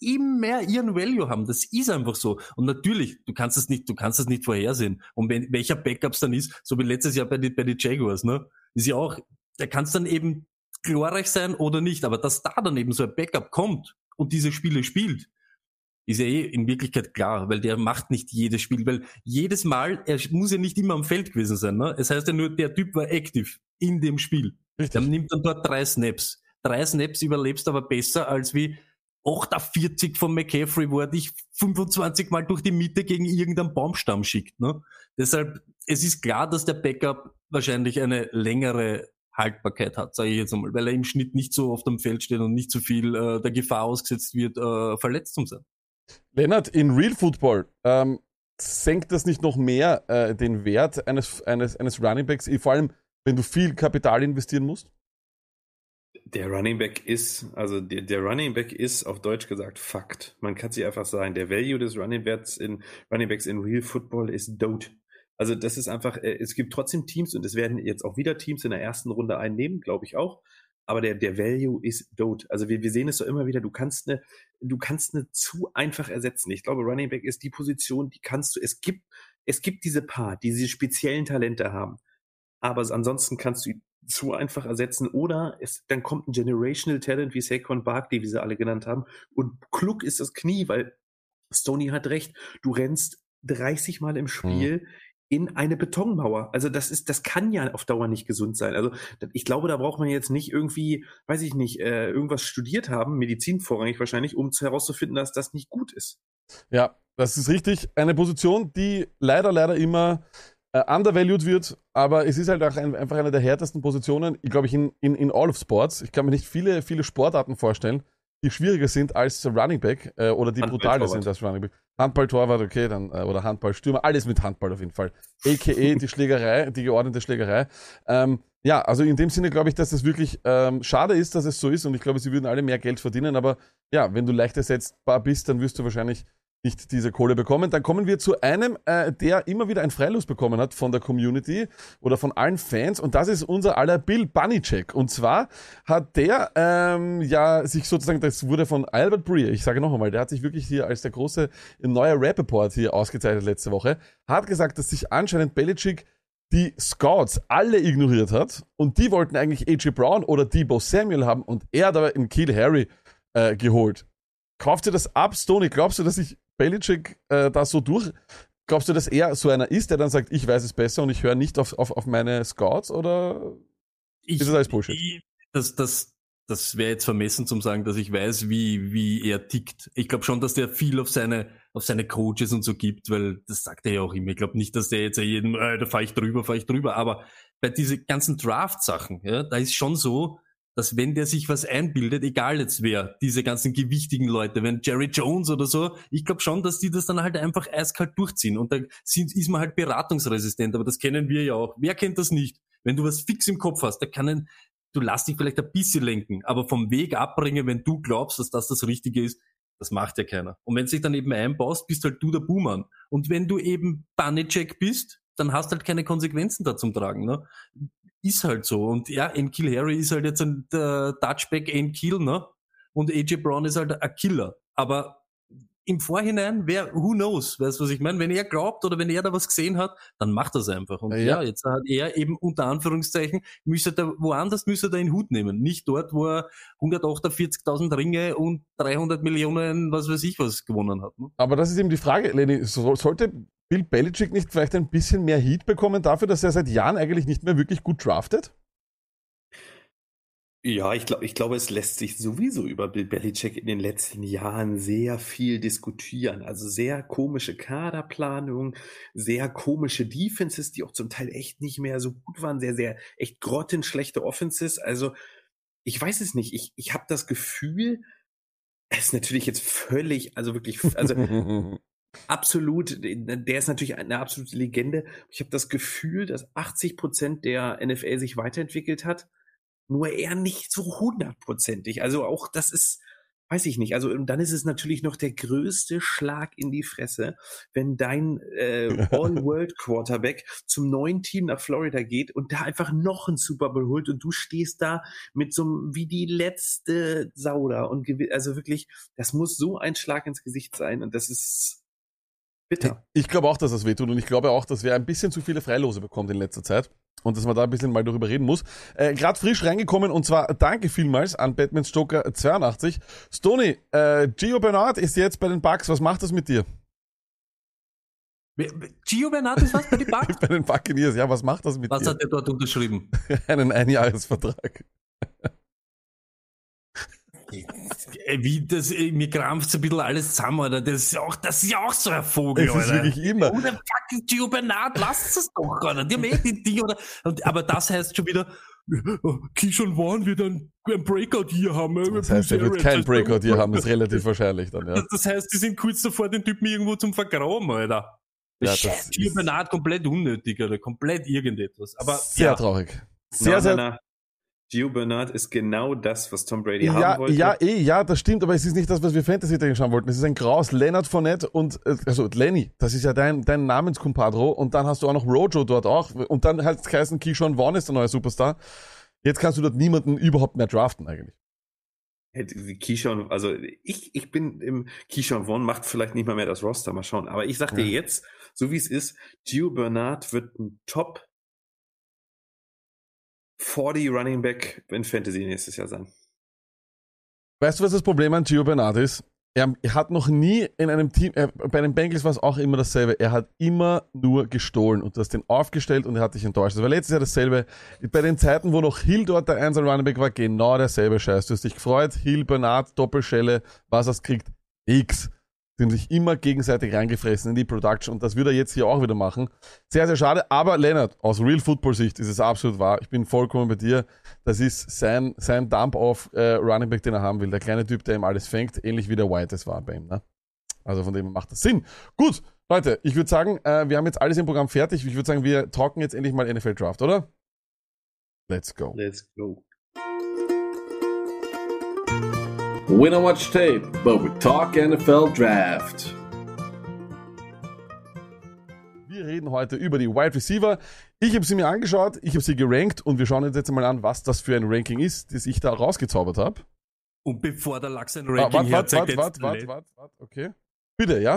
ihren Value haben. Das ist einfach so. Und natürlich, du kannst es nicht vorhersehen. Und welcher Backups dann ist, so wie letztes Jahr bei den Jaguars, ne? Ist ja auch, da kann es dann eben glorreich sein oder nicht. Aber dass da dann eben so ein Backup kommt und diese Spiele spielt, ist ja in Wirklichkeit klar, weil der macht nicht jedes Spiel, weil jedes Mal, er muss ja nicht immer am Feld gewesen sein, ne? Es heißt ja nur, der Typ war active in dem Spiel. Richtig. Der nimmt dann dort 3 Snaps. 3 Snaps überlebst aber besser als wie 48 von McCaffrey, wo er dich 25 Mal durch die Mitte gegen irgendeinen Baumstamm schickt, ne? Deshalb, es ist klar, dass der Backup wahrscheinlich eine längere Haltbarkeit hat, sage ich jetzt einmal, weil er im Schnitt nicht so oft am Feld steht und nicht so viel der Gefahr ausgesetzt wird, verletzt zu sein. Lennart, in Real Football, senkt das nicht noch mehr den Wert eines Running Backs, vor allem, wenn du viel Kapital investieren musst? Der Running Back ist auf Deutsch gesagt Fakt. Man kann sich einfach sagen, der Value des Running Backs in Real Football ist dote. Also das ist einfach, es gibt trotzdem Teams und es werden jetzt auch wieder Teams in der ersten Runde einnehmen, glaube ich auch. Aber der Value ist dote. Also wir sehen es so immer wieder, du kannst eine zu einfach ersetzen. Ich glaube, Running Back ist die Position, die kannst du, es gibt diese paar, die diese speziellen Talente haben. Aber ansonsten kannst du ihn zu einfach ersetzen oder dann kommt ein Generational Talent wie Saquon Barkley, wie sie alle genannt haben, und klug ist das Knie, weil Stoney hat recht, du rennst 30 Mal im Spiel in eine Betonmauer. Also das kann ja auf Dauer nicht gesund sein. Also ich glaube, da braucht man jetzt nicht irgendwie, weiß ich nicht, irgendwas studiert haben, Medizin vorrangig wahrscheinlich, um herauszufinden, dass das nicht gut ist. Ja, das ist richtig. Eine Position, die leider immer undervalued wird, aber es ist halt auch einfach eine der härtesten Positionen, ich glaube, in all of Sports. Ich kann mir nicht viele Sportarten vorstellen, die schwieriger sind als Running Back oder die brutaler sind als Running Back. Handball-Torwart, okay, dann oder Handballstürmer, alles mit Handball auf jeden Fall. A.k.a. die Schlägerei, die geordnete Schlägerei. Ja, also in dem Sinne glaube ich, dass es wirklich schade ist, dass es so ist und ich glaube, sie würden alle mehr Geld verdienen, aber ja, wenn du leicht ersetzbar bist, dann wirst du wahrscheinlich nicht diese Kohle bekommen. Dann kommen wir zu einem, der immer wieder ein Freilos bekommen hat von der Community oder von allen Fans und das ist unser aller Bill Belichick. Und zwar hat der ja sich sozusagen, das wurde von Albert Breer, ich sage noch einmal, der hat sich wirklich hier als der große neue Rappaport hier ausgezeichnet letzte Woche, hat gesagt, dass sich anscheinend Belichick die Scouts alle ignoriert hat und die wollten eigentlich A.J. Brown oder Deebo Samuel haben und er hat aber in N'Keal Harry geholt. Kauft ihr das ab, Stoney? Glaubst du, dass sich Belichick da so glaubst du, dass er so einer ist, der dann sagt, ich weiß es besser und ich höre nicht auf meine Scouts oder ist das alles Bullshit? Das wäre jetzt vermessen zum sagen, dass ich weiß, wie er tickt. Ich glaube schon, dass der viel auf seine Coaches und so gibt, weil das sagt er ja auch immer. Ich glaube nicht, dass der jetzt jedem, da fahr ich drüber. Aber bei diesen ganzen Draft-Sachen, ja, da ist schon so, dass wenn der sich was einbildet, egal jetzt wer, diese ganzen gewichtigen Leute, wenn Jerry Jones oder so, ich glaube schon, dass die das dann halt einfach eiskalt durchziehen und da ist man halt beratungsresistent, aber das kennen wir ja auch. Wer kennt das nicht? Wenn du was fix im Kopf hast, du lass dich vielleicht ein bisschen lenken, aber vom Weg abbringen, wenn du glaubst, dass das Richtige ist, das macht ja keiner. Und wenn du dich dann eben einbaust, bist halt du der Buhmann. Und wenn du eben Belichick bist, dann hast halt keine Konsequenzen da zum Tragen, ne? Ist halt so. Und ja, N'Keal Harry ist halt jetzt ein Touchback N'Keal, ne? Und A.J. Brown ist halt ein Killer. Aber im Vorhinein, who knows? Weißt du, was ich meine? Wenn er glaubt oder wenn er da was gesehen hat, dann macht er es einfach. Und ja, jetzt hat er eben unter Anführungszeichen, müsste er in den Hut nehmen. Nicht dort, wo er 148.000 Ringe und 300 Millionen, was weiß ich was, gewonnen hat. Ne? Aber das ist eben die Frage, Lenny, sollte Bill Belichick nicht vielleicht ein bisschen mehr Heat bekommen dafür, dass er seit Jahren eigentlich nicht mehr wirklich gut draftet? Ja, ich glaube, es lässt sich sowieso über Bill Belichick in den letzten Jahren sehr viel diskutieren. Also sehr komische Kaderplanung, sehr komische Defenses, die auch zum Teil echt nicht mehr so gut waren, sehr, sehr echt grottenschlechte Offenses. Also ich weiß es nicht. Ich habe das Gefühl, es ist natürlich jetzt völlig, also wirklich, also absolut, der ist natürlich eine absolute Legende. Ich habe das Gefühl, dass 80% der NFL sich weiterentwickelt hat, nur eher nicht so 100%ig. Also auch das ist, weiß ich nicht. Also und dann ist es natürlich noch der größte Schlag in die Fresse, wenn dein All-World-Quarterback zum neuen Team nach Florida geht und da einfach noch einen Super Bowl holt und du stehst da mit so einem, wie die letzte Sau da und also wirklich, das muss so ein Schlag ins Gesicht sein und das ist bitter. Ich glaube auch, dass das wehtut und ich glaube auch, dass wir ein bisschen zu viele Freilose bekommt in letzter Zeit und dass man da ein bisschen mal darüber reden muss. Gerade frisch reingekommen und zwar danke vielmals an Batman's Joker 82. Stoney, Gio Bernard ist jetzt bei den Bucks. Was macht das mit dir? Gio Bernard ist was bei den Bucks? Bei den Buccaneers, ja, was macht das mit dir? Was hat er dort unterschrieben? Einen Einjahresvertrag. Mir krampft ein bisschen alles zusammen, Alter. Das ist ja auch so ein Vogel, Alter. Das ist wirklich immer. Oder fucking Gio Bernard, lasst es doch, Alter. Die haben die Dinge, oder? Aber das heißt schon wieder, Keyshawn Vaughn wird ein Breakout hier haben. Das heißt, er wird kein Breakout hier haben, ist relativ wahrscheinlich dann, ja. Das heißt, die sind kurz davor, den Typen irgendwo zum Vergraben, Alter. Ja, Gio Bernard komplett unnötig, Alter. Komplett irgendetwas. Aber sehr traurig. Sehr Gio Bernard ist genau das, was Tom Brady haben wollte. Ja, das stimmt, aber es ist nicht das, was wir Fantasy-Technisch haben wollten. Es ist ein Graus, Leonard Fournette und, also Lenny, das ist ja dein Namenskumpadro und dann hast du auch noch Rojo dort auch und dann halt heißen Keyshawn Vaughn ist der neue Superstar. Jetzt kannst du dort niemanden überhaupt mehr draften eigentlich. Keyshawn, also ich bin im Keyshawn Vaughn macht vielleicht nicht mal mehr das Roster, mal schauen. Aber ich sag dir jetzt, so wie es ist, Gio Bernard wird ein Top 40 Running Back in Fantasy nächstes Jahr sein. Weißt du, was das Problem an Gio Bernard ist? Er hat noch nie in einem Team, bei den Bengals war es auch immer dasselbe. Er hat immer nur gestohlen und du hast den aufgestellt und er hat dich enttäuscht. Das war letztes Jahr dasselbe. Bei den Zeiten, wo noch Hill dort der 1er Running Back war, genau derselbe Scheiß. Du hast dich gefreut, Hill, Bernard, Doppelschelle, was hast kriegt? Nix. Die haben sich immer gegenseitig reingefressen in die Production und das wird er jetzt hier auch wieder machen. Sehr, sehr schade, aber Lennart, aus Real Football-Sicht ist es absolut wahr. Ich bin vollkommen bei dir. Das ist sein Dump-Off Running Back, den er haben will. Der kleine Typ, der ihm alles fängt, ähnlich wie der White es war bei ihm. Ne? Also von dem macht das Sinn. Gut, Leute, ich würde sagen, wir haben jetzt alles im Programm fertig. Ich würde sagen, wir talken jetzt endlich mal NFL Draft, oder? Let's go. Let's go. We don't watch tape, but we talk NFL Draft. Wir reden heute über die Wide Receiver. Ich habe sie mir angeschaut, ich habe sie gerankt und wir schauen uns jetzt mal an, was das für ein Ranking ist, das ich da rausgezaubert habe. Und bevor der Lachs ein Ranking herzeigt, warte, okay. Bitte, ja?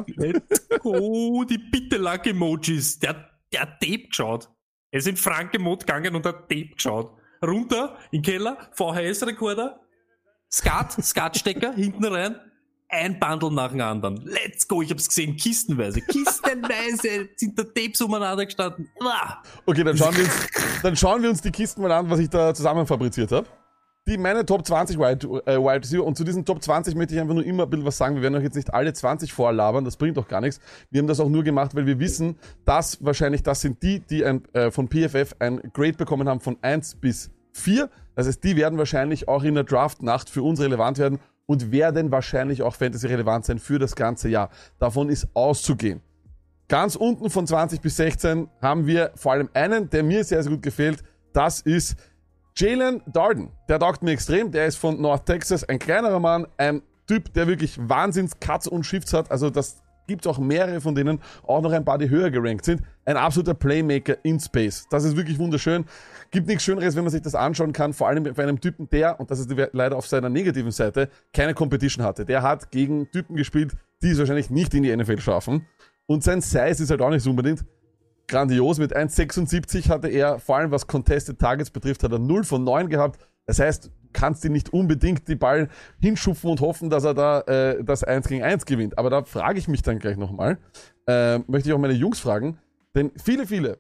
Oh, die Bitte-Luck-Emojis. Der hat Tape geschaut. Er ist in Franke-Mod gegangen und hat Tape geschaut. Runter, in den Keller, VHS-Rekorder, Skatstecker, hinten rein, ein Bundle nach dem anderen. Let's go, ich hab's gesehen, kistenweise sind da Tapes umeinander gestanden. Okay, dann schauen wir uns die Kisten mal an, was ich da zusammen fabriziert habe. Meine Top 20 Wide Receiver, und zu diesen Top 20 möchte ich einfach nur immer ein bisschen was sagen. Wir werden euch jetzt nicht alle 20 vorlabern, das bringt doch gar nichts. Wir haben das auch nur gemacht, weil wir wissen, dass wahrscheinlich das sind die von PFF ein Grade bekommen haben von 1 bis 4. Das heißt, die werden wahrscheinlich auch in der Draft-Nacht für uns relevant werden und werden wahrscheinlich auch Fantasy-relevant sein für das ganze Jahr. Davon ist auszugehen. Ganz unten von 20 bis 16 haben wir vor allem einen, der mir sehr, sehr gut gefällt. Das ist Jalen Darden. Der taugt mir extrem. Der ist von North Texas. Ein kleinerer Mann, ein Typ, der wirklich Wahnsinns-Cuts und Shifts hat. Also das gibt auch mehrere von denen, auch noch ein paar, die höher gerankt sind. Ein absoluter Playmaker in Space. Das ist wirklich wunderschön. Gibt nichts Schöneres, wenn man sich das anschauen kann, vor allem bei einem Typen, der, und das ist leider auf seiner negativen Seite, keine Competition hatte. Der hat gegen Typen gespielt, die es wahrscheinlich nicht in die NFL schaffen. Und sein Size ist halt auch nicht so unbedingt grandios. Mit 1,76 hatte er, vor allem was Contested Targets betrifft, hat er 0 von 9 gehabt. Das heißt, du kannst ihn nicht unbedingt die Ball hinschupfen und hoffen, dass er da das 1 gegen 1 gewinnt. Aber da frage ich mich dann gleich nochmal, möchte ich auch meine Jungs fragen, denn viele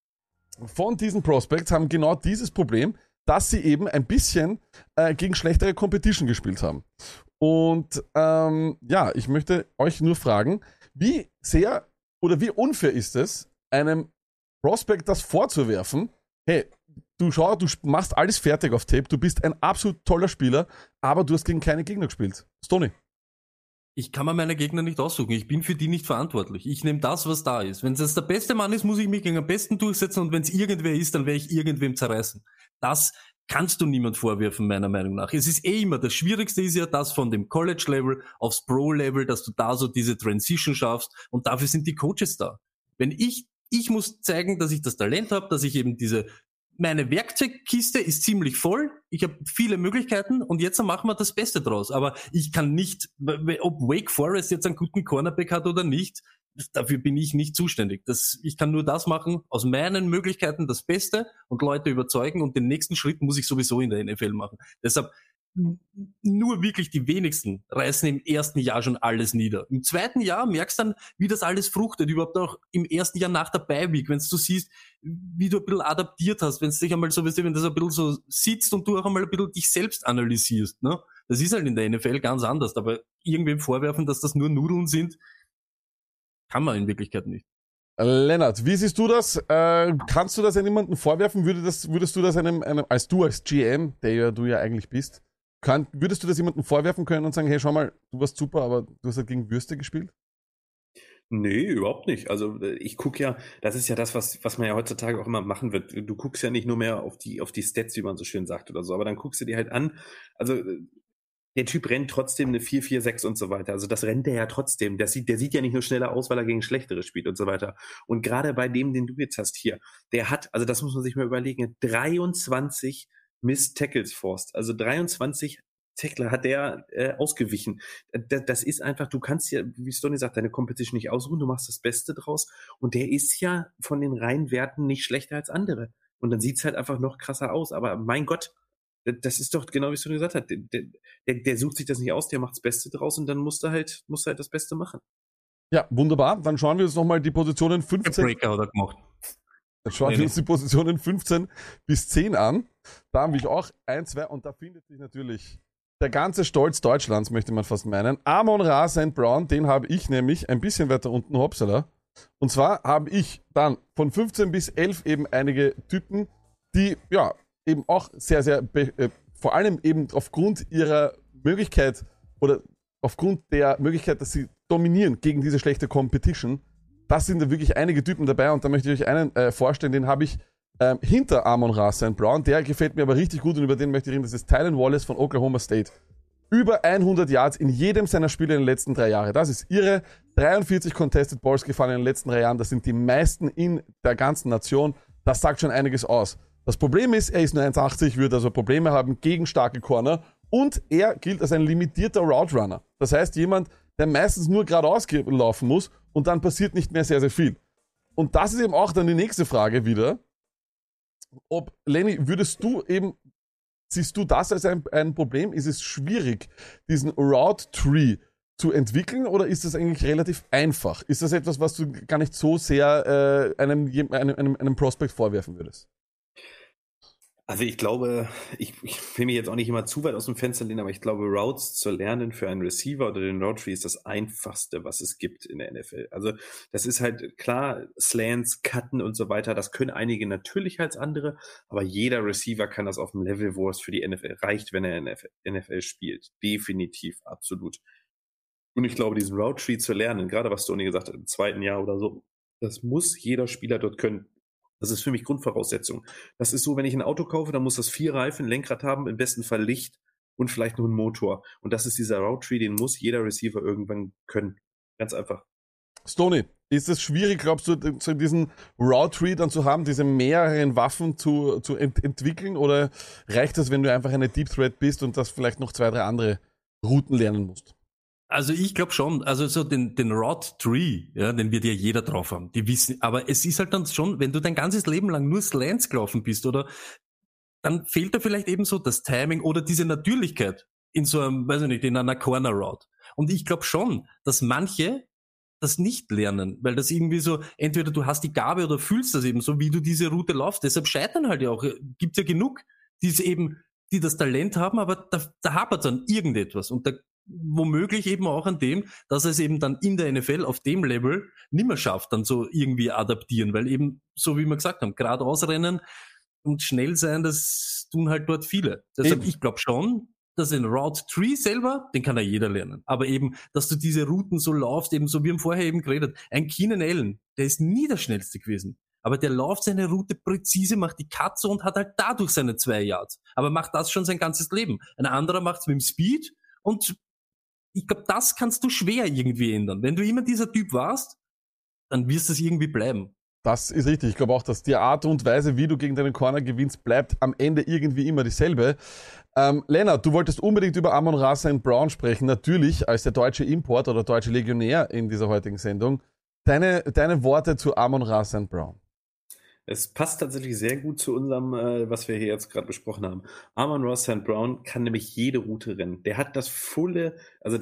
von diesen Prospects haben genau dieses Problem, dass sie eben ein bisschen gegen schlechtere Competition gespielt haben. Und ich möchte euch nur fragen, wie sehr oder wie unfair ist es, einem Prospect das vorzuwerfen, hey, du machst alles fertig auf Tape, du bist ein absolut toller Spieler, aber du hast gegen keine Gegner gespielt. Stoney. Ich kann mir meine Gegner nicht aussuchen. Ich bin für die nicht verantwortlich. Ich nehme das, was da ist. Wenn es jetzt der beste Mann ist, muss ich mich gegen den Besten durchsetzen, und wenn es irgendwer ist, dann werde ich irgendwem zerreißen. Das kannst du niemand vorwerfen, meiner Meinung nach. Es ist immer, das Schwierigste ist ja das von dem College-Level aufs Pro-Level, dass du da so diese Transition schaffst, und dafür sind die Coaches da. Wenn ich muss zeigen, dass ich das Talent habe, dass ich eben meine Werkzeugkiste ist ziemlich voll, ich habe viele Möglichkeiten und jetzt machen wir das Beste draus. Aber ich kann nicht, ob Wake Forest jetzt einen guten Cornerback hat oder nicht, dafür bin ich nicht zuständig. Ich kann nur das machen, aus meinen Möglichkeiten das Beste und Leute überzeugen, und den nächsten Schritt muss ich sowieso in der NFL machen. Deshalb nur wirklich die wenigsten reißen im ersten Jahr schon alles nieder. Im zweiten Jahr merkst du dann, wie das alles fruchtet, überhaupt auch im ersten Jahr nach der Bye-Week, wenn du siehst, wie du ein bisschen adaptiert hast, wenn es dich einmal so, wenn das ein bisschen so sitzt und du auch einmal ein bisschen dich selbst analysierst, ne? Das ist halt in der NFL ganz anders, aber irgendwem vorwerfen, dass das nur Nudeln sind, kann man in Wirklichkeit nicht. Lennart, wie siehst du das? Kannst du das jemandem vorwerfen? Würdest du das als GM, der du ja eigentlich bist, würdest du das jemandem vorwerfen können und sagen, hey, schau mal, du warst super, aber du hast halt gegen Würste gespielt? Nee, überhaupt nicht. Also ich gucke ja, das ist ja das, was man ja heutzutage auch immer machen wird. Du guckst ja nicht nur mehr auf die Stats, wie man so schön sagt oder so, aber dann guckst du dir halt an, also der Typ rennt trotzdem eine 4,46 und so weiter. Also das rennt er ja trotzdem. Der sieht ja nicht nur schneller aus, weil er gegen Schlechtere spielt und so weiter. Und gerade bei dem, den du jetzt hast hier, der hat, also das muss man sich mal überlegen, 23 Missed Tackles forced. Also 23 Tackler hat der ausgewichen. Das ist einfach, du kannst ja, wie Stoney sagt, deine Competition nicht ausruhen, du machst das Beste draus. Und der ist ja von den Reihenwerten nicht schlechter als andere. Und dann sieht's halt einfach noch krasser aus. Aber mein Gott, das ist doch genau, wie Stoney gesagt hat. Der sucht sich das nicht aus, der macht das Beste draus, und dann musst du halt das Beste machen. Ja, wunderbar. Dann schauen wir uns nochmal die Positionen 15. Breaker hat er gemacht. Dann schauen wir uns die Positionen 15 bis 10 an. Da haben wir auch 1, 2, und da findet sich natürlich der ganze Stolz Deutschlands, möchte man fast meinen. Amon-Ra St. Brown, den habe ich nämlich ein bisschen weiter unten, hoppsala. Und zwar habe ich dann von 15 bis 11 eben einige Typen, die ja eben auch sehr, sehr, vor allem eben aufgrund ihrer Möglichkeit oder aufgrund der Möglichkeit, dass sie dominieren gegen diese schlechte Competition. Das sind da wirklich einige Typen dabei und da möchte ich euch einen vorstellen, den habe ich hinter Amon-Ra St. Brown. Der gefällt mir aber richtig gut und über den möchte ich reden. Das ist Tylan Wallace von Oklahoma State. Über 100 Yards in jedem seiner Spiele in den letzten 3 Jahren. Das ist irre. 43 Contested Balls gefallen in den letzten 3 Jahren. Das sind die meisten in der ganzen Nation. Das sagt schon einiges aus. Das Problem ist, er ist nur 1,80, wird also Probleme haben gegen starke Corner und er gilt als ein limitierter Route Runner. Das heißt, jemand, der meistens nur geradeaus laufen muss und dann passiert nicht mehr sehr, sehr viel. Und das ist eben auch dann die nächste Frage wieder. Ob, Lenny, siehst du das als ein Problem? Ist es schwierig, diesen Route Tree zu entwickeln oder ist das eigentlich relativ einfach? Ist das etwas, was du gar nicht so sehr einem Prospect vorwerfen würdest? Also ich glaube, ich will mich jetzt auch nicht immer zu weit aus dem Fenster lehnen, aber ich glaube, Routes zu lernen für einen Receiver oder den Route Tree ist das Einfachste, was es gibt in der NFL. Also das ist halt klar, Slants, Cutten und so weiter, das können einige natürlicher als andere, aber jeder Receiver kann das auf dem Level, wo es für die NFL reicht, wenn er in der NFL spielt. Definitiv, absolut. Und ich glaube, diesen Route Tree zu lernen, gerade was Toni gesagt hat, im 2. Jahr oder so, das muss jeder Spieler dort können. Das ist für mich Grundvoraussetzung. Das ist so, wenn ich ein Auto kaufe, dann muss das 4 Reifen, Lenkrad haben, im besten Fall Licht und vielleicht noch einen Motor. Und das ist dieser Route Tree, den muss jeder Receiver irgendwann können. Ganz einfach. Stoney, ist es schwierig, glaubst du, diesen Route Tree dann zu haben, diese mehreren Waffen zu entwickeln? Oder reicht das, wenn du einfach eine Deep Threat bist und das vielleicht noch 2, 3 andere Routen lernen musst? Also ich glaube schon, also so den Route Tree, ja, den wird ja jeder drauf haben. Die wissen, aber es ist halt dann schon, wenn du dein ganzes Leben lang nur Slants gelaufen bist, oder dann fehlt da vielleicht eben so das Timing oder diese Natürlichkeit in so einem, weiß ich nicht, in einer Corner Route. Und ich glaube schon, dass manche das nicht lernen, weil das irgendwie so, entweder du hast die Gabe oder fühlst das eben so, wie du diese Route laufst. Deshalb scheitern halt ja auch, gibt's ja genug, die das Talent haben, aber da hapert dann irgendetwas und da womöglich eben auch an dem, dass es eben dann in der NFL auf dem Level nimmer schafft, dann so irgendwie adaptieren, weil eben, so wie wir gesagt haben, geradeaus rennen und schnell sein, das tun halt dort viele. Deshalb, ich glaube schon, dass ein Route Tree selber, den kann ja jeder lernen. Aber eben, dass du diese Routen so laufst, eben so wie wir vorher eben geredet, ein Keenan Allen, der ist nie der Schnellste gewesen. Aber der läuft seine Route präzise, macht die Katze und hat halt dadurch seine 2 Yards. Aber macht das schon sein ganzes Leben. Ein anderer macht es mit dem Speed und ich glaube, das kannst du schwer irgendwie ändern. Wenn du immer dieser Typ warst, dann wirst es irgendwie bleiben. Das ist richtig. Ich glaube auch, dass die Art und Weise, wie du gegen deinen Corner gewinnst, bleibt am Ende irgendwie immer dieselbe. Lennart, du wolltest unbedingt über Amon-Ra St. Brown sprechen. Natürlich als der deutsche Import oder deutsche Legionär in dieser heutigen Sendung. Deine Worte zu Amon-Ra St. Brown. Es passt tatsächlich sehr gut zu unserem, was wir hier jetzt gerade besprochen haben. Amon-Ra St. Brown kann nämlich jede Route rennen. Der hat das volle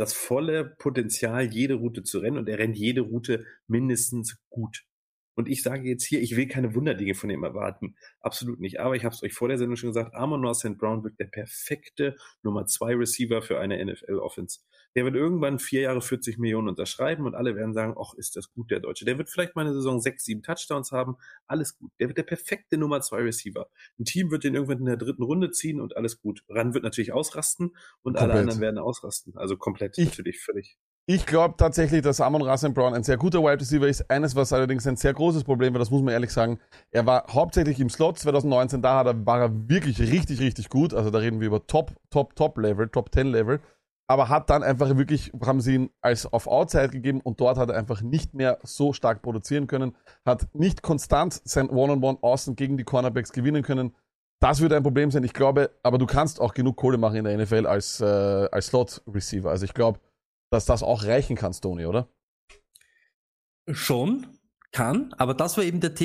Potenzial, jede Route zu rennen und er rennt jede Route mindestens gut. Und ich sage jetzt hier, ich will keine Wunderdinge von ihm erwarten. Absolut nicht. Aber ich habe es euch vor der Sendung schon gesagt, Amon-Ra St. Brown wird der perfekte Nummer 2 Receiver für eine NFL-Offense. Der wird irgendwann 4 Jahre 40 Millionen unterschreiben und alle werden sagen, ach, ist das gut, der Deutsche. Der wird vielleicht mal eine Saison 6, 7 Touchdowns haben. Alles gut. Der wird der perfekte Nummer 2 Receiver. Ein Team wird den irgendwann in der 3. Runde ziehen und alles gut. Ran wird natürlich ausrasten und alle anderen werden ausrasten. Also komplett, natürlich, völlig. Ich glaube tatsächlich, dass Amon-Ra St. Brown ein sehr guter Wide Receiver ist. Eines, was allerdings ein sehr großes Problem war, das muss man ehrlich sagen. Er war hauptsächlich im Slot 2019, war er wirklich richtig, richtig gut. Also da reden wir über Top-Level, Top-10-Level. Aber hat dann einfach wirklich, haben sie ihn als auf Outside gegeben und dort hat er einfach nicht mehr so stark produzieren können. Hat nicht konstant sein One-on-One außen gegen die Cornerbacks gewinnen können. Das würde ein Problem sein. Ich glaube, aber du kannst auch genug Kohle machen in der NFL als Slot-Receiver. Also ich glaube, dass das auch reichen kann, Toni, oder? Schon, kann, aber das war eben der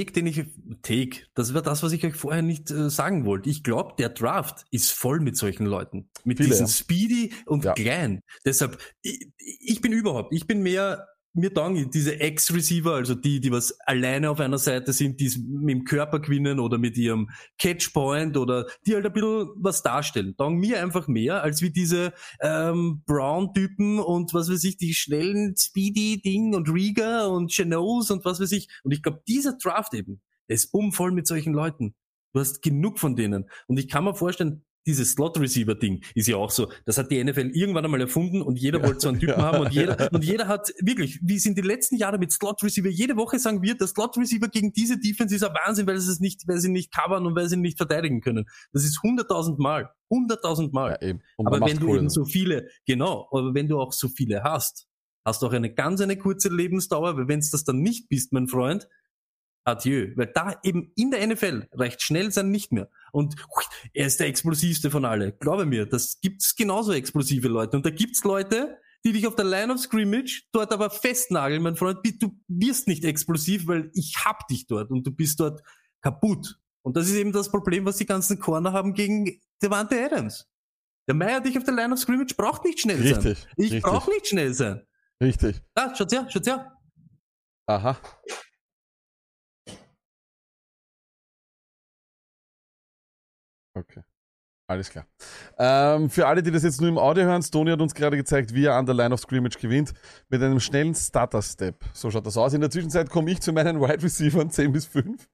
das war das, was ich euch vorher nicht sagen wollte. Ich glaube, der Draft ist voll mit solchen Leuten. Mit diesen Speedy und klein. Deshalb, ich bin mehr mir taugen diese Ex-Receiver, also die was alleine auf einer Seite sind, die mit dem Körper gewinnen oder mit ihrem Catchpoint oder die halt ein bisschen was darstellen, taugen mir einfach mehr, als wie diese Brown-Typen und was weiß ich, die schnellen Speedy-Ding und Rieger und Chenos und was weiß ich. Und ich glaube, dieser Draft eben, der ist voll mit solchen Leuten. Du hast genug von denen. Und ich kann mir vorstellen, dieses Slot-Receiver-Ding ist ja auch so. Das hat die NFL irgendwann einmal erfunden und jeder wollte so einen Typen haben und jeder hat wirklich, wie es in den letzten Jahren mit Slot-Receiver, jede Woche sagen wir, der Slot-Receiver gegen diese Defense ist ein Wahnsinn, weil sie nicht covern und weil sie nicht verteidigen können. Das ist 100.000 Mal. Ja, eben. Aber wenn du eben so viele, genau, aber wenn du auch so viele hast du auch eine kurze Lebensdauer, weil wenn es das dann nicht bist, mein Freund, adieu. Weil da eben in der NFL reicht schnell sein nicht mehr. Und er ist der explosivste von alle. Glaube mir, das gibt's genauso explosive Leute. Und da gibt's Leute, die dich auf der Line of Scrimmage dort aber festnageln, mein Freund. Du wirst nicht explosiv, weil ich hab dich dort und du bist dort kaputt. Und das ist eben das Problem, was die ganzen Corner haben gegen Davante Adams. Der Meier dich auf der Line of Scrimmage braucht nicht schnell sein. Ich brauche nicht schnell sein. Richtig. Ah, schaut's her. Aha. Okay, alles klar. Für alle, die das jetzt nur im Audio hören, Stoney hat uns gerade gezeigt, wie er an der Line of Scrimmage gewinnt, mit einem schnellen Stutter-Step. So schaut das aus. In der Zwischenzeit komme ich zu meinen Wide Receivern 10 bis 5.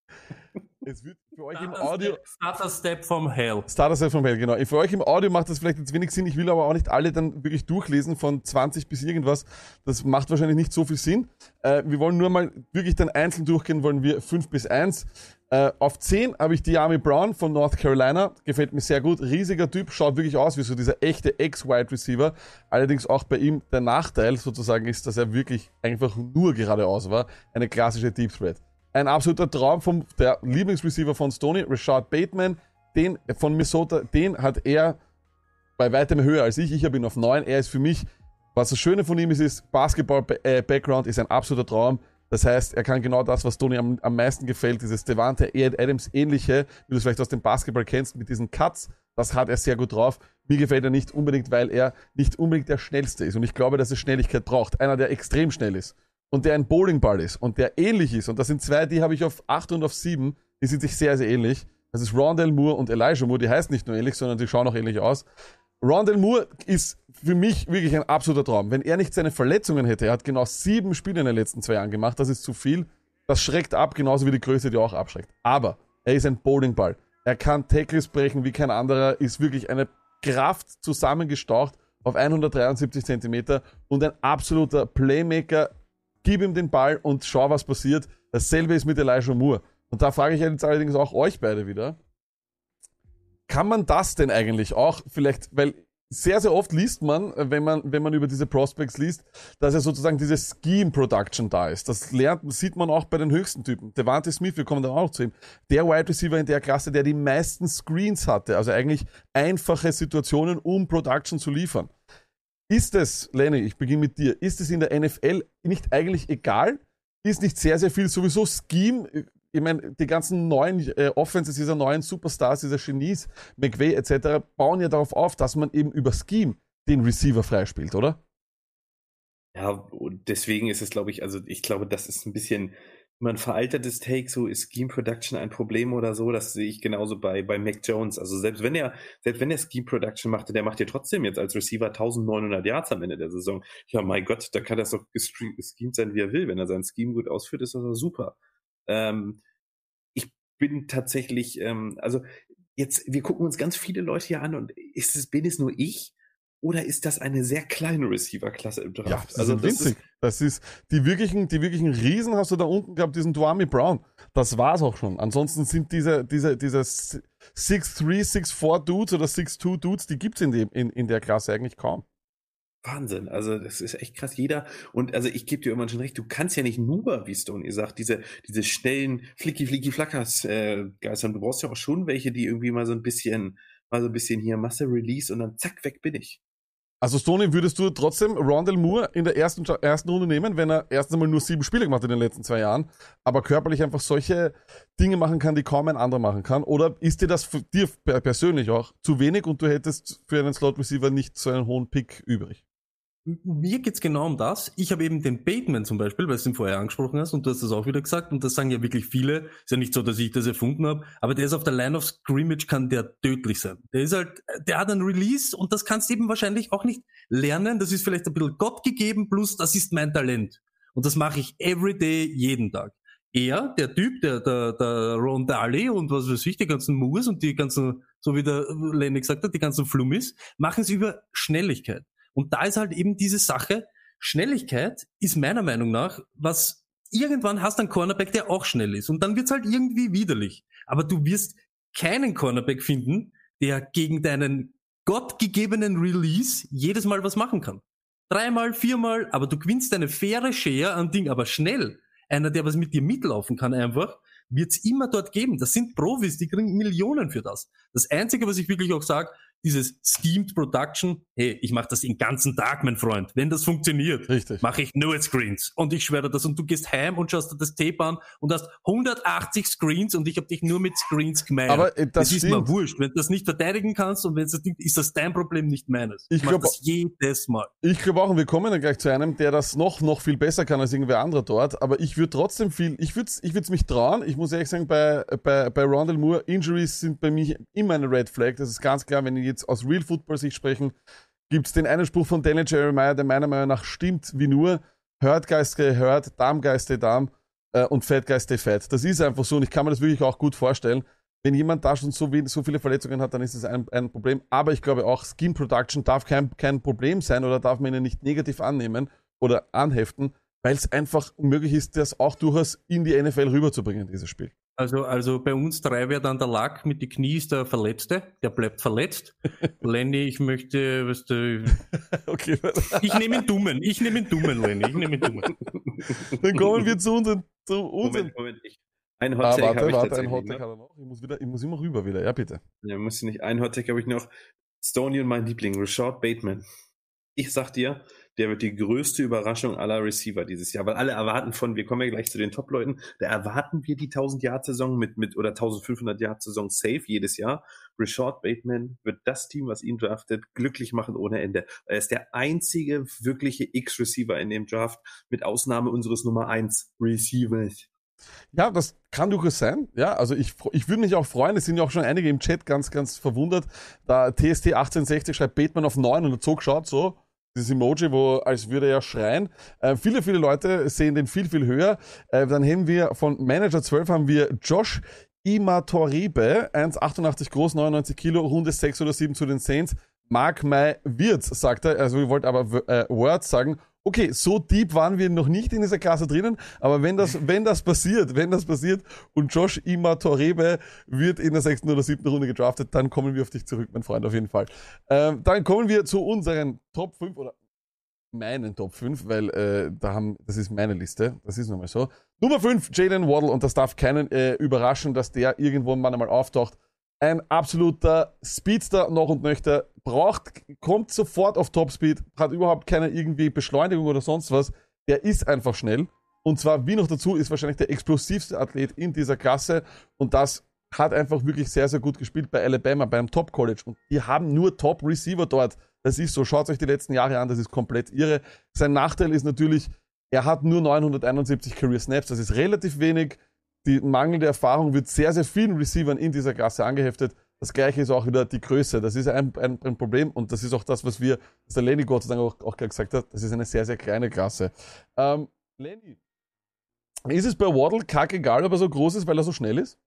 Es wird für euch im Audio... Stutter-Step vom Hell. Stutter-Step vom Hell, genau. Für euch im Audio macht das vielleicht jetzt wenig Sinn, ich will aber auch nicht alle dann wirklich durchlesen von 20 bis irgendwas. Das macht wahrscheinlich nicht so viel Sinn. Wir wollen nur mal wirklich dann einzeln durchgehen, wollen wir 5 bis 1. Auf 10 habe ich Dyami Brown von North Carolina. Gefällt mir sehr gut. Riesiger Typ, schaut wirklich aus wie so dieser echte Ex-Wide Receiver. Allerdings auch bei ihm der Nachteil sozusagen ist, dass er wirklich einfach nur geradeaus war. Eine klassische Deep Threat. Ein absoluter Traum vom der Lieblingsreceiver von Stoney, Rashad Bateman, den von Minnesota, den hat er bei weitem höher als ich. Ich habe ihn auf 9. Er ist für mich, was das Schöne von ihm ist Basketball-Background ist ein absoluter Traum. Das heißt, er kann genau das, was Tony am meisten gefällt, dieses Davante Adams ähnliche, wie du es vielleicht aus dem Basketball kennst, mit diesen Cuts, das hat er sehr gut drauf. Mir gefällt er nicht unbedingt, weil er nicht unbedingt der Schnellste ist. Und ich glaube, dass er Schnelligkeit braucht. Einer, der extrem schnell ist und der ein Bowlingball ist und der ähnlich ist. Und das sind zwei, die habe ich auf 8 und auf 7. Die sind sich sehr, sehr ähnlich. Das ist Rondale Moore und Elijah Moore. Die heißen nicht nur ähnlich, sondern die schauen auch ähnlich aus. Rondale Moore ist für mich wirklich ein absoluter Traum. Wenn er nicht seine Verletzungen hätte, er hat genau 7 Spiele in den letzten 2 Jahren gemacht, das ist zu viel. Das schreckt ab, genauso wie die Größe, die auch abschreckt. Aber er ist ein Bowlingball. Er kann Tackles brechen wie kein anderer, ist wirklich eine Kraft zusammengestaucht auf 173 Zentimeter und ein absoluter Playmaker. Gib ihm den Ball und schau, was passiert. Dasselbe ist mit Elijah Moore. Und da frage ich jetzt allerdings auch euch beide wieder. Kann man das denn eigentlich auch vielleicht, weil sehr, sehr oft liest man, wenn man über diese Prospects liest, dass ja sozusagen diese Scheme-Production da ist. Das sieht man auch bei den höchsten Typen. Devontae Smith, wir kommen dann auch noch zu ihm. Der Wide Receiver in der Klasse, der die meisten Screens hatte. Also eigentlich einfache Situationen, um Production zu liefern. Ist es, Lenny, ich beginne mit dir, ist es in der NFL nicht eigentlich egal? Ist nicht sehr, sehr viel sowieso Scheme? Ich meine, die ganzen neuen Offenses, dieser neuen Superstars, dieser Genies, McVay etc., bauen ja darauf auf, dass man eben über Scheme den Receiver freispielt, oder? Ja, und deswegen ist es, glaube ich, also ich glaube, das ist ein bisschen ein veraltetes Take, so ist Scheme Production ein Problem oder so, das sehe ich genauso bei Mac Jones. Also selbst wenn er Scheme Production machte, der macht ja trotzdem jetzt als Receiver 1900 Yards am Ende der Saison. Ja, mein Gott, da kann das doch geschemt sein, wie er will. Wenn er sein Scheme gut ausführt, ist das doch super. Ich bin tatsächlich, also jetzt, wir gucken uns ganz viele Leute hier an und bin es nur ich? Oder ist das eine sehr kleine Receiver-Klasse im Draft? Ja, das ist winzig. Das ist die wirklichen Riesen hast du da unten gehabt, diesen Dyami Brown. Das war's auch schon. Ansonsten sind diese 6'3", 6'4" Dudes oder 6'2" Dudes, die gibt's in der Klasse eigentlich kaum. Wahnsinn, also das ist echt krass. Und also ich gebe dir irgendwann schon recht, du kannst ja nicht nur, wie Stoney sagt, diese schnellen Flicky-Flackers geistern. Du brauchst ja auch schon welche, die irgendwie mal so ein bisschen hier Masse Release und dann zack, weg bin ich. Also Stoney, würdest du trotzdem Rondale Moore in der ersten Runde nehmen, wenn er erst einmal nur 7 Spiele gemacht hat in den letzten 2 Jahren, aber körperlich einfach solche Dinge machen kann, die kaum ein anderer machen kann? Oder ist dir das für dir persönlich auch zu wenig und du hättest für einen Slot-Receiver nicht so einen hohen Pick übrig? mir geht's genau um das. Ich habe eben den Bateman zum Beispiel, weil du ihn vorher angesprochen hast und du hast das auch wieder gesagt und das sagen ja wirklich viele. Ist ja nicht so, dass ich das erfunden habe, aber der ist auf der Line of Scrimmage, kann der tödlich sein. Der hat einen Release und das kannst du eben wahrscheinlich auch nicht lernen. Das ist vielleicht ein bisschen Gott gegeben, plus das ist mein Talent. Und das mache ich everyday, jeden Tag. Er, der Typ, der Ron Daly und was weiß ich, die ganzen Moves und die ganzen, so wie der Lenny gesagt hat, die ganzen Flummis, machen es über Schnelligkeit. Und da ist halt eben diese Sache, Schnelligkeit ist meiner Meinung nach, was irgendwann hast du einen Cornerback, der auch schnell ist. Und dann wird's halt irgendwie widerlich. Aber du wirst keinen Cornerback finden, der gegen deinen gottgegebenen Release jedes Mal was machen kann. 3-mal, 4-mal, aber du gewinnst eine faire Share an Ding, aber schnell. Einer, der was mit dir mitlaufen kann einfach, wird's immer dort geben. Das sind Profis, die kriegen Millionen für das. Das Einzige, was ich wirklich auch sage, dieses Schemed Production, hey, ich mache das den ganzen Tag, mein Freund. Wenn das funktioniert, Richtig. mache ich nur Screens. Und ich schwöre das. Und du gehst heim und schaust dir das Tape an und hast 180 Screens und ich habe dich nur mit Screens gemeint. Aber das ist stimmt. mir wurscht. Wenn du das nicht verteidigen kannst und wenn es das nicht, ist das dein Problem, nicht meines. Ich mache das jedes Mal. Ich glaube auch, und wir kommen dann gleich zu einem, der das noch viel besser kann als irgendwer anderer dort, aber ich würde trotzdem ich würde mich trauen. Ich muss ehrlich sagen, bei Rondale Moore, Injuries sind bei mir immer eine Red Flag. Das ist ganz klar, wenn ich jetzt aus Real Football sich sprechen, gibt's den einen Spruch von Daniel Jeremiah, der meiner Meinung nach stimmt wie nur: Hurt Guys stay hurt, Dumb Guys stay dumb und Fat Guys stay fat. Das ist einfach so und ich kann mir das wirklich auch gut vorstellen. Wenn jemand da schon so viele Verletzungen hat, dann ist es ein Problem. Aber ich glaube auch, Scheme Production darf kein Problem sein oder darf man ihn nicht negativ annehmen oder anheften, weil es einfach möglich ist, das auch durchaus in die NFL rüberzubringen, dieses Spiel. Also bei uns 3 wäre dann der Lack mit die Knie ist der Verletzte, der bleibt verletzt. Lenny, ich möchte, weißt du, Okay. ich nehme ihn dummen, Lenny, ich nehme ihn dummen. Dann kommen wir zu unseren. Moment. Ein Hot Take habe ich Warte, tatsächlich ein Hot Take noch. hat er noch. Ich muss immer rüber wieder. Ja, bitte. Ja, musst du nicht. Ein Hot Take habe ich noch. Stoney und mein Liebling, Rashad Bateman. Ich sag dir, der wird die größte Überraschung aller Receiver dieses Jahr, weil alle erwarten wir kommen ja gleich zu den Top-Leuten, da erwarten wir die 1000-Yard-Saison mit oder 1500-Yard-Saison safe jedes Jahr. Rashad Bateman wird das Team, was ihn draftet, glücklich machen ohne Ende. Er ist der einzige wirkliche X-Receiver in dem Draft, mit Ausnahme unseres Nummer 1 Receivers. Ja, das kann durchaus sein. Ja, also ich würde mich auch freuen. Es sind ja auch schon einige im Chat ganz verwundert. Da TST 1860 schreibt Bateman auf 9 und der Zug schaut so. Dieses Emoji, als würde er schreien. Viele Leute sehen den viel höher. Dann haben wir von Manager 12 haben wir Josh Imatoribe, 1,88 groß, 99 Kilo, Runde 6 oder 7 zu den Saints. Mark my Wirtz, sagt er. Also wir wollten aber Words sagen. Okay, so deep waren wir noch nicht in dieser Klasse drinnen, aber wenn das passiert und Josh Imatorebe wird in der 6. oder 7. Runde gedraftet, dann kommen wir auf dich zurück, mein Freund, auf jeden Fall. Dann kommen wir zu unseren Top 5 oder meinen Top 5, weil das ist meine Liste, das ist nun mal so. Nummer 5, Jalen Waddle, und das darf keinen überraschen, dass der irgendwo mal einmal auftaucht. Ein absoluter Speedster, noch und nöchter, kommt sofort auf Topspeed, hat überhaupt keine irgendwie Beschleunigung oder sonst was. Der ist einfach schnell. Und zwar, wie noch dazu, ist wahrscheinlich der explosivste Athlet in dieser Klasse. Und das hat einfach wirklich sehr, sehr gut gespielt bei Alabama, beim Top-College. Und die haben nur Top-Receiver dort. Das ist so, schaut euch die letzten Jahre an, das ist komplett irre. Sein Nachteil ist natürlich, er hat nur 971 Career Snaps, das ist relativ wenig. Die mangelnde Erfahrung wird sehr, sehr vielen Receivern in dieser Klasse angeheftet. Das Gleiche ist auch wieder die Größe. Das ist ein Problem und das ist auch das, was der Lenny Gott sei Dank auch gesagt hat. Das ist eine sehr, sehr kleine Klasse. Lenny, ist es bei Waddle kackegal, ob er so groß ist, weil er so schnell ist?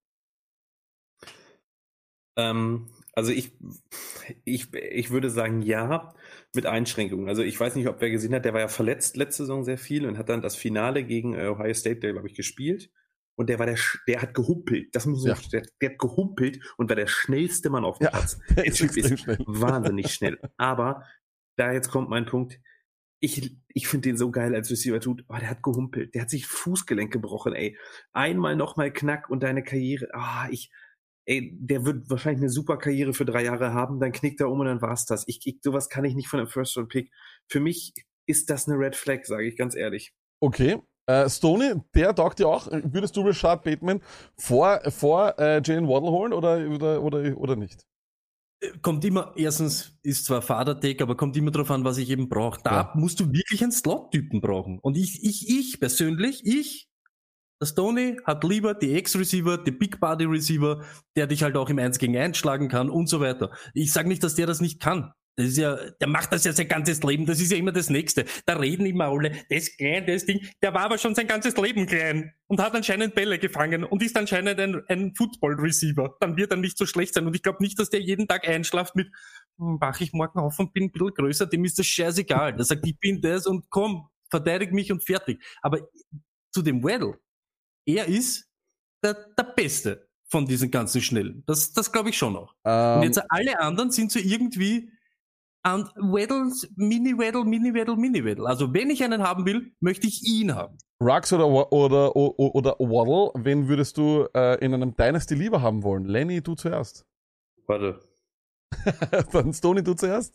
Also ich würde sagen, ja, mit Einschränkungen. Also ich weiß nicht, ob wer gesehen hat, der war ja verletzt letzte Saison sehr viel und hat dann das Finale gegen Ohio State, glaube ich, gespielt. Und der hat gehumpelt. Das muss man der hat gehumpelt und war der schnellste Mann auf dem Platz. Der ist wahnsinnig schnell. Aber da jetzt kommt mein Punkt. Ich finde den so geil als Receiver tut. Oh, der hat gehumpelt. Der hat sich Fußgelenk gebrochen, ey. Einmal nochmal Knack und deine Karriere. Der wird wahrscheinlich eine super Karriere für 3 Jahre haben. Dann knickt er um und dann war's das. Sowas kann ich nicht von einem First-Round-Pick. Für mich ist das eine Red Flag, sage ich ganz ehrlich. Okay. Stoney, der taugt dir auch. Würdest du Rashad Bateman vor Jalen Waddle holen oder nicht? Kommt immer, erstens ist zwar Vater-Take, aber kommt immer drauf an, was ich eben brauche. Da musst du wirklich einen Slot-Typen brauchen. Und ich persönlich, der Stoney hat lieber die X-Receiver, die Big-Body-Receiver, der dich halt auch im 1 gegen 1 schlagen kann und so weiter. Ich sage nicht, dass der das nicht kann. Das ist ja, der macht das ja sein ganzes Leben, das ist ja immer das Nächste. Da reden immer alle, das klein, das Ding, der war aber schon sein ganzes Leben klein und hat anscheinend Bälle gefangen und ist anscheinend ein Football-Receiver. Dann wird er nicht so schlecht sein und ich glaube nicht, dass der jeden Tag einschlaft mit, wach ich morgen auf und bin ein bisschen größer, dem ist das scheißegal. Der sagt, ich bin das und komm, verteidig mich und fertig. Aber zu dem Weddle, er ist der Beste von diesen ganzen Schnellen. Das glaube ich schon auch. Und jetzt alle anderen sind so irgendwie an Weddles, Mini-Weddle. Also wenn ich einen haben will, möchte ich ihn haben. Rux oder Waddle, wen würdest du in einem Dynasty lieber haben wollen? Lenny, du zuerst. Warte. Dann Stoney, du zuerst.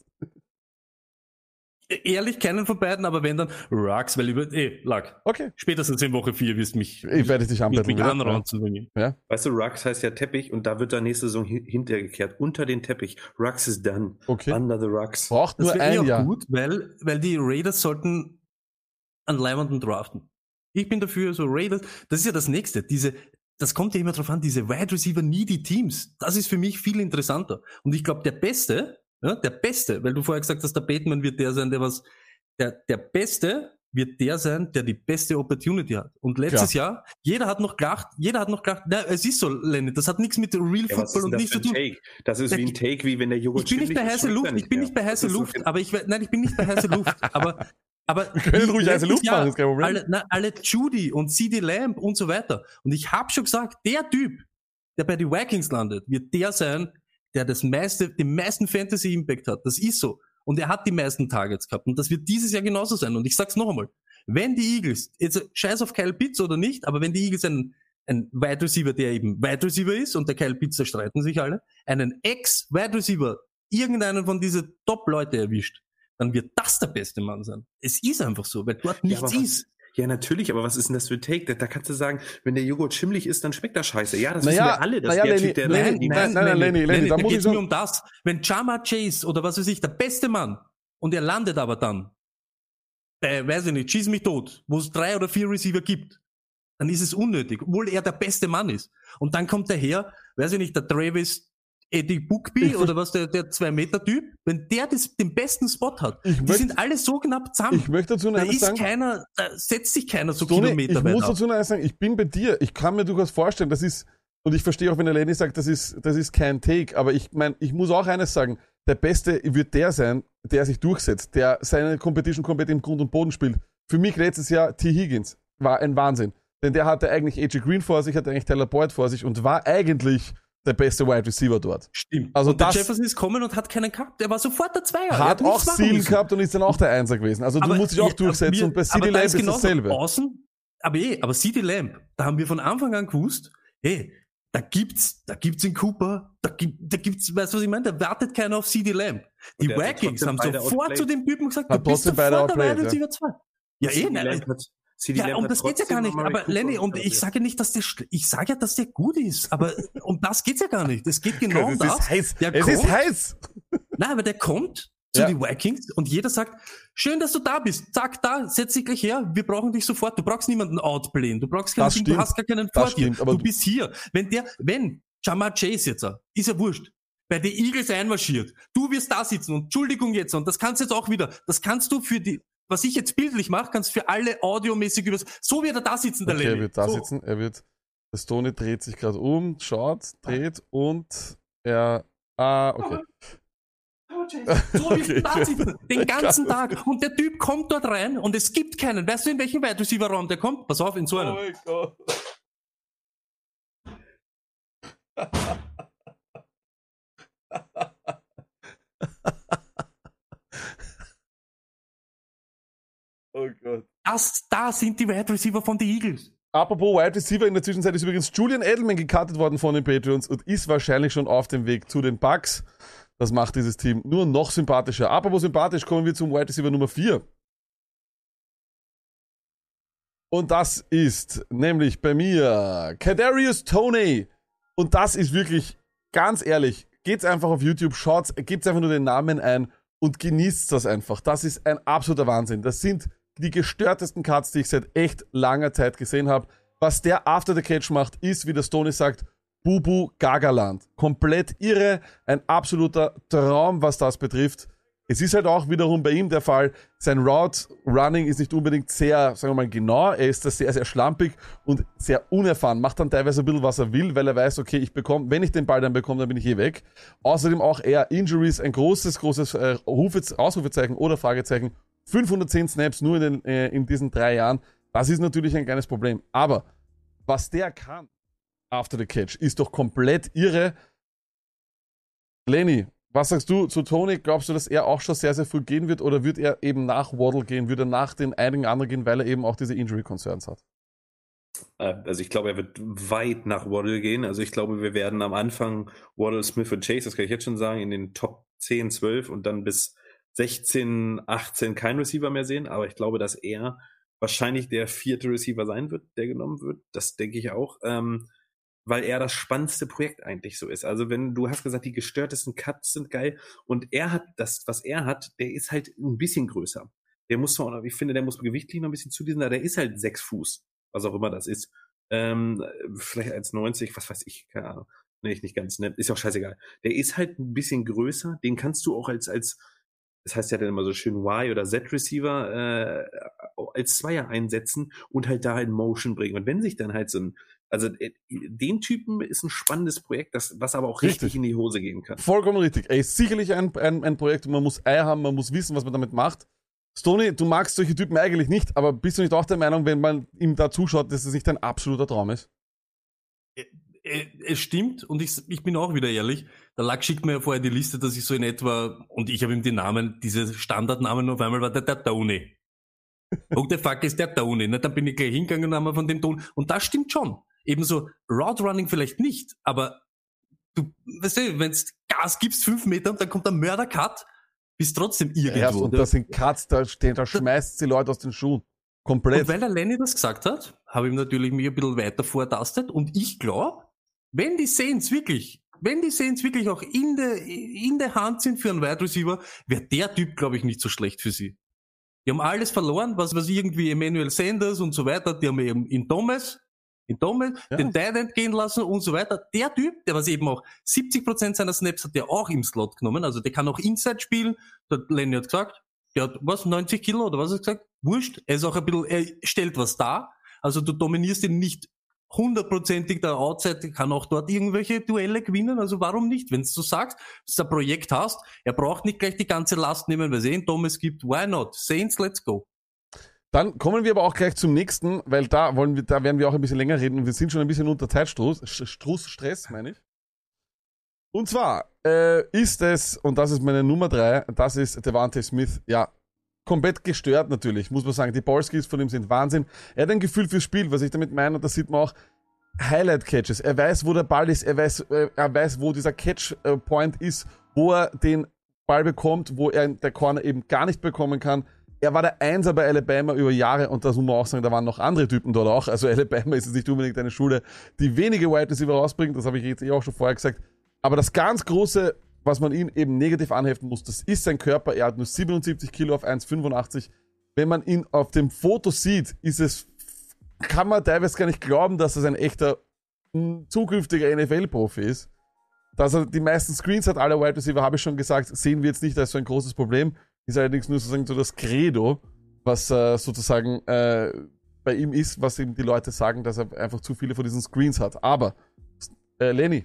Ehrlich, keinen von beiden, aber wenn dann Rux, weil Luck. Okay. Spätestens in Woche 4 wirst mich Ich werde dich anbetteln. anranzen. Ja. Weißt du, Rux heißt ja Teppich und da wird dann nächste Saison hintergekehrt. Unter den Teppich. Rux is done. Okay. Under the Rux. Braucht Das nur wäre ein Jahr. gut, weil die Raiders sollten einen Leimanden draften. Ich bin dafür, so Raiders, das ist ja das Nächste, das kommt ja immer drauf an, diese Wide Receiver needy Teams, das ist für mich viel interessanter. Und ich glaube, der Beste, weil du vorher gesagt hast, der Bateman wird der sein, der Beste wird der sein, der die beste Opportunity hat. Und letztes Jahr, jeder hat noch gedacht, na, es ist so, Lenny, das hat nichts mit Real Football und nichts zu tun. Take? Das ist wie ein Take, wie wenn der Joghurt. Ich bin nicht bei heiße Luft, ich bin nicht bei heiße Luft, aber ich bin nicht bei heiße Luft, aber Wir können ruhig heiße Luft machen, ist kein Problem. alle Judy und CD Lamb und so weiter. Und ich habe schon gesagt, der Typ, der bei den Vikings landet, wird der sein, der den meisten Fantasy-Impact hat. Das ist so. Und er hat die meisten Targets gehabt. Und das wird dieses Jahr genauso sein. Und ich sag's noch einmal. Wenn die Eagles, jetzt scheiß auf Kyle Pitts oder nicht, aber wenn die Eagles ein Wide Receiver, der eben Wide Receiver ist, und der Kyle Pitts, da streiten sich alle, einen Ex-Wide Receiver, irgendeinen von diesen Top-Leute erwischt, dann wird das der beste Mann sein. Es ist einfach so, weil dort nichts ist. Ja, natürlich, aber was ist denn das für ein Take? Da kannst du sagen, wenn der Joghurt schimmelig ist, dann schmeckt das scheiße. Ja, das wissen wir alle, dass der Typ, der Lenny, da geht's muss mir um das. Wenn Ja'Marr Chase oder was weiß ich, der beste Mann, und er landet aber dann weiß ich nicht, schieß mich tot, wo es 3 oder 4 Receiver gibt, dann ist es unnötig, obwohl er der beste Mann ist. Und dann kommt daher, weiß ich nicht, der Travis Eddie Bookby oder was, der 2-Meter-Typ, wenn der den besten Spot hat, sind alle so knapp zusammen. Ich möchte dazu noch eines sagen. Da setzt sich keiner so Stoney, Kilometer weit Ich muss ab. dazu noch eines sagen, ich bin bei dir. Ich kann mir durchaus vorstellen, das ist, und ich verstehe auch, wenn der Lenny sagt, das ist kein Take, aber ich meine, ich muss auch eines sagen, der Beste wird der sein, der sich durchsetzt, der seine Competition komplett im Grund und Boden spielt. Für mich letztes Jahr T. Higgins war ein Wahnsinn. Denn der hatte eigentlich AJ Green vor sich, hatte eigentlich Tyler Boyd vor sich und war eigentlich der beste Wide Receiver dort. Stimmt. Also und der Jefferson ist gekommen und hat keinen gehabt. Er war sofort der Zweier. Hat auch Seal gehabt und ist dann auch der Einser gewesen. Also du musst dich auch durchsetzen und bei CD Lamb ist dasselbe. Aber CD Lamb, da haben wir von Anfang an gewusst, da gibt's den Cooper, da gibt's, weißt du, was ich meine? Da wartet keiner auf CD Lamb. Die Vikings haben sofort zu dem Typen gesagt, du bist sofort der Wide Receiver 2. Ja, um das geht's ja gar nicht. Aber Lenny, und ich sage nicht, dass ich sage ja, dass der gut ist, aber um das geht's ja gar nicht. Es geht genau um das. Es ist heiß. Nein, aber der kommt zu den Vikings und jeder sagt, schön, dass du da bist. Zack, da, setz dich gleich her. Wir brauchen dich sofort. Du brauchst niemanden outplayen. Du brauchst keinen, du hast gar keinen Vorteil. Du bist hier. Wenn Ja'Marr Chase jetzt, ist ja wurscht, bei den Eagles einmarschiert, du wirst da sitzen und Entschuldigung jetzt, und das kannst du jetzt auch wieder, das kannst du für die, was ich jetzt bildlich mache, kannst für alle audiomäßig so wird er da sitzen, der Lenny. Er wird da sitzen, der Stoney dreht sich gerade um, dreht und okay. So wirst du da sitzen, den ganzen Tag. Und der Typ kommt dort rein und es gibt keinen. Weißt du, in welchem Wide Receiver Raum der kommt? Pass auf, in so einem. Oh mein Gott. Oh Gott. Da sind die Wide Receiver von den Eagles. Apropos Wide Receiver, in der Zwischenzeit ist übrigens Julian Edelman gecuttet worden von den Patriots und ist wahrscheinlich schon auf dem Weg zu den Bucks. Das macht dieses Team nur noch sympathischer. Apropos sympathisch, kommen wir zum Wide Receiver Nummer 4. Und das ist nämlich bei mir Kadarius Toney. Und das ist wirklich, ganz ehrlich, geht's einfach auf YouTube, schaut's, gebt's einfach nur den Namen ein und genießt das einfach. Das ist ein absoluter Wahnsinn. Das sind die gestörtesten Cuts, die ich seit echt langer Zeit gesehen habe. Was der After the Catch macht, ist, wie der Stoney sagt, Bubu Gagaland. Komplett irre, ein absoluter Traum, was das betrifft. Es ist halt auch wiederum bei ihm der Fall, sein Route Running ist nicht unbedingt sehr, sagen wir mal, genau. Er ist da sehr, sehr schlampig und sehr unerfahren. Macht dann teilweise ein bisschen, was er will, weil er weiß, okay, wenn ich den Ball dann bekomme, dann bin ich weg. Außerdem auch eher Injuries, ein großes Ausrufezeichen oder Fragezeichen. 510 Snaps nur in diesen 3 Jahren. Das ist natürlich ein kleines Problem. Aber was der kann, after the catch, ist doch komplett irre. Lenny, was sagst du zu Tony? Glaubst du, dass er auch schon sehr, sehr früh gehen wird oder wird er eben nach Waddle gehen, wird er nach den einigen anderen gehen, weil er eben auch diese Injury Concerns hat? Also ich glaube, er wird weit nach Waddle gehen. Also ich glaube, wir werden am Anfang Waddle, Smith und Chase, das kann ich jetzt schon sagen, in den Top 10, 12 und dann bis 16, 18 kein Receiver mehr sehen. Aber ich glaube, dass er wahrscheinlich der 4. Receiver sein wird, der genommen wird. Das denke ich auch. Weil er das spannendste Projekt eigentlich so ist. Also wenn du hast gesagt, die gestörtesten Cuts sind geil und er hat das, was er hat, der ist halt ein bisschen größer. Ich finde, der muss gewichtlich noch ein bisschen zulesen, der ist halt 6 Fuß, was auch immer das ist. Vielleicht 1,90, was weiß ich, keine Ahnung. Nee, nicht ganz, ne? Ist auch scheißegal. Der ist halt ein bisschen größer, den kannst du auch als das heißt ja dann immer so schön Y- oder Z-Receiver als Zweier einsetzen und halt da in Motion bringen. Und wenn sich dann halt den Typen ist ein spannendes Projekt, was aber auch richtig in die Hose gehen kann. Vollkommen richtig. Er ist sicherlich ein Projekt, man muss Eier haben, man muss wissen, was man damit macht. Stoney, du magst solche Typen eigentlich nicht, aber bist du nicht auch der Meinung, wenn man ihm da zuschaut, dass es nicht ein absoluter Traum ist? Es stimmt und ich bin auch wieder ehrlich, der Lack schickt mir ja vorher die Liste, dass ich so in etwa, und ich habe ihm die Namen, diese Standardnamen, auf einmal war der Tony. What the fuck ist der Tony? Dann bin ich gleich hingegangen und haben wir von dem Ton, und das stimmt schon. Ebenso Route Running vielleicht nicht, aber du, weißt du, wenn du Gas gibst, 5 Meter und dann kommt ein Mörder-Cut, bist trotzdem irgendwo. Und das sind Cuts, da schmeißt die Leute aus den Schuhen. Komplett. Und weil der Lenny das gesagt hat, habe ich natürlich mich ein bisschen weiter vortastet und ich glaube, wenn die Saints wirklich auch in der Hand sind für einen Wide Receiver, wäre der Typ, glaube ich, nicht so schlecht für sie. Die haben alles verloren, was irgendwie Emmanuel Sanders und so weiter, die haben eben in Thomas, ja, den Tight End gehen lassen und so weiter. Der Typ, der was eben auch 70% seiner Snaps hat der auch im Slot genommen, also der kann auch Inside spielen. Der Lenny hat gesagt, der hat 90 Kilo oder was hat er gesagt? Wurscht. Er ist auch ein bisschen, er stellt was dar. Also du dominierst ihn nicht 100%ig, der Outside kann auch dort irgendwelche Duelle gewinnen, also warum nicht? Wenn du sagst, dass du ein Projekt hast, er braucht nicht gleich die ganze Last nehmen, weil es einen Thomas gibt, why not? Saints, let's go. Dann kommen wir aber auch gleich zum nächsten, weil da werden wir auch ein bisschen länger reden und wir sind schon ein bisschen unter Stress, meine ich. Und zwar ist es, und das ist meine Nummer 3, das ist Devontae Smith, ja, komplett gestört natürlich, muss man sagen. Die Ballskills von ihm sind Wahnsinn. Er hat ein Gefühl fürs Spiel, was ich damit meine, und das sieht man auch. Highlight-Catches. Er weiß, wo der Ball ist, er weiß, wo dieser Catch-Point ist, wo er den Ball bekommt, wo er der Corner eben gar nicht bekommen kann. Er war der Einser bei Alabama über Jahre und das muss man auch sagen, da waren noch andere Typen dort auch. Also Alabama ist jetzt nicht unbedingt eine Schule, die wenige Wide Receiver rausbringt, das habe ich jetzt auch schon vorher gesagt. Aber das ganz Große, was man ihm eben negativ anheften muss, das ist sein Körper. Er hat nur 77 Kilo auf 1,85. Wenn man ihn auf dem Foto sieht, kann man teilweise gar nicht glauben, dass das ein echter zukünftiger NFL-Profi ist. Dass er die meisten Screens hat, alle Wide Receiver, habe ich schon gesagt, sehen wir jetzt nicht als so ein großes Problem. Ist allerdings nur sozusagen so das Credo, was sozusagen bei ihm ist, was ihm die Leute sagen, dass er einfach zu viele von diesen Screens hat. Aber, Lenny,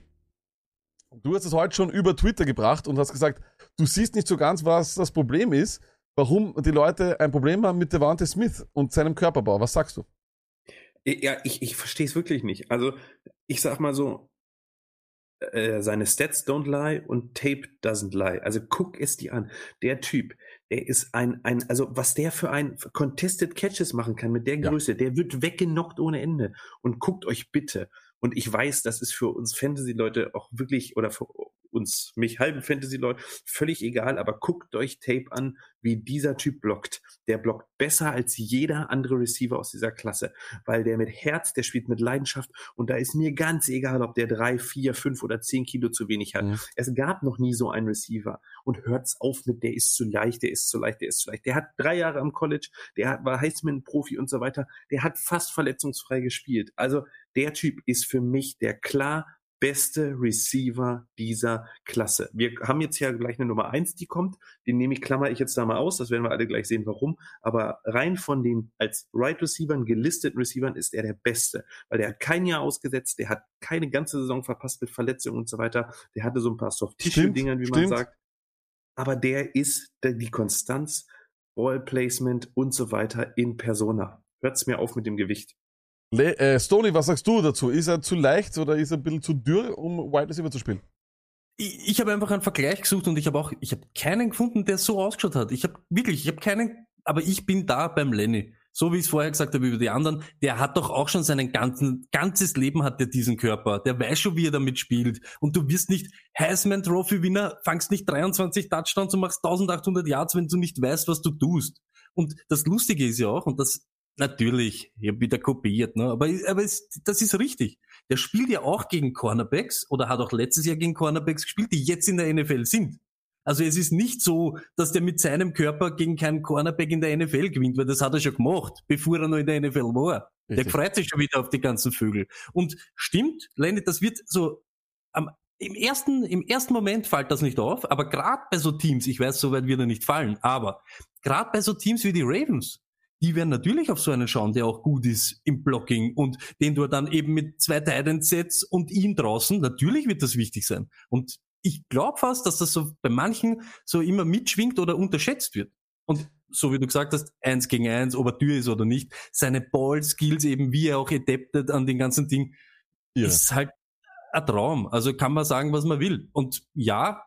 du hast es heute schon über Twitter gebracht und hast gesagt, du siehst nicht so ganz, was das Problem ist, warum die Leute ein Problem haben mit Devontae Smith und seinem Körperbau. Was sagst du? Ja, ich verstehe es wirklich nicht. Also, ich sag mal so, seine Stats don't lie und Tape doesn't lie. Also guck es dir an. Der Typ, der ist also was der für ein Contested Catches machen kann mit der Größe, der wird weggenockt ohne Ende. Und guckt euch bitte. Und ich weiß, das ist für uns Fantasy-Leute auch wirklich, oder für mich halben Fantasy-Leute, völlig egal, aber guckt euch Tape an, wie dieser Typ blockt. Der blockt besser als jeder andere Receiver aus dieser Klasse, weil der mit Herz, der spielt mit Leidenschaft und da ist mir ganz egal, ob der 3, 4, 5 oder 10 Kilo zu wenig hat. Es gab noch nie so einen Receiver und hört's auf mit, der ist zu leicht, der ist zu leicht, der ist zu leicht. Der hat 3 Jahre am College, war Heisman-Profi und so weiter, der hat fast verletzungsfrei gespielt. Also der Typ ist für mich der klar beste Receiver dieser Klasse. Wir haben jetzt ja gleich eine Nummer 1, die kommt. Den klammer ich jetzt da mal aus. Das werden wir alle gleich sehen, warum. Aber rein von den als Right Receivern, gelisteten Receivern ist er der Beste. Weil der hat kein Jahr ausgesetzt, der hat keine ganze Saison verpasst mit Verletzungen und so weiter. Der hatte so ein paar Soft-Tissue-Dingern, wie man sagt. Aber der ist die Konstanz, Ball-Placement und so weiter in Persona. Hört's mir auf mit dem Gewicht. Stoney, was sagst du dazu? Ist er zu leicht oder ist er ein bisschen zu dürr, um Wide Receiver zu spielen? Ich habe einfach einen Vergleich gesucht und ich habe keinen gefunden, der so ausgeschaut hat. Ich habe keinen, aber ich bin da beim Lenny. So wie ich es vorher gesagt habe über die anderen, der hat doch auch schon ganzes Leben hat der diesen Körper. Der weiß schon, wie er damit spielt. Und du wirst nicht Heisman Trophy Winner, fangst nicht 23 Touchdowns und machst 1800 Yards, wenn du nicht weißt, was du tust. Und das Lustige ist ja auch, und das natürlich, ich habe wieder kopiert, ne? Aber das ist richtig. Der spielt ja auch gegen Cornerbacks oder hat auch letztes Jahr gegen Cornerbacks gespielt, die jetzt in der NFL sind. Also es ist nicht so, dass der mit seinem Körper gegen keinen Cornerback in der NFL gewinnt, weil das hat er schon gemacht, bevor er noch in der NFL war. Richtig. Der freut sich schon wieder auf die ganzen Vögel. Und stimmt, Lenny, das wird so im ersten Moment fällt das nicht auf, aber gerade bei so Teams, ich weiß, so weit wird er nicht fallen, aber gerade bei so Teams wie die Ravens, die werden natürlich auf so einen schauen, der auch gut ist im Blocking und den du dann eben mit 2 Tight Ends setzt und ihn draußen. Natürlich wird das wichtig sein. Und ich glaube fast, dass das so bei manchen so immer mitschwingt oder unterschätzt wird. Und so wie du gesagt hast, 1 gegen 1, ob er Tür ist oder nicht, seine Ball-Skills eben, wie er auch adaptet an den ganzen Ding, ist halt ein Traum. Also kann man sagen, was man will. Und ja,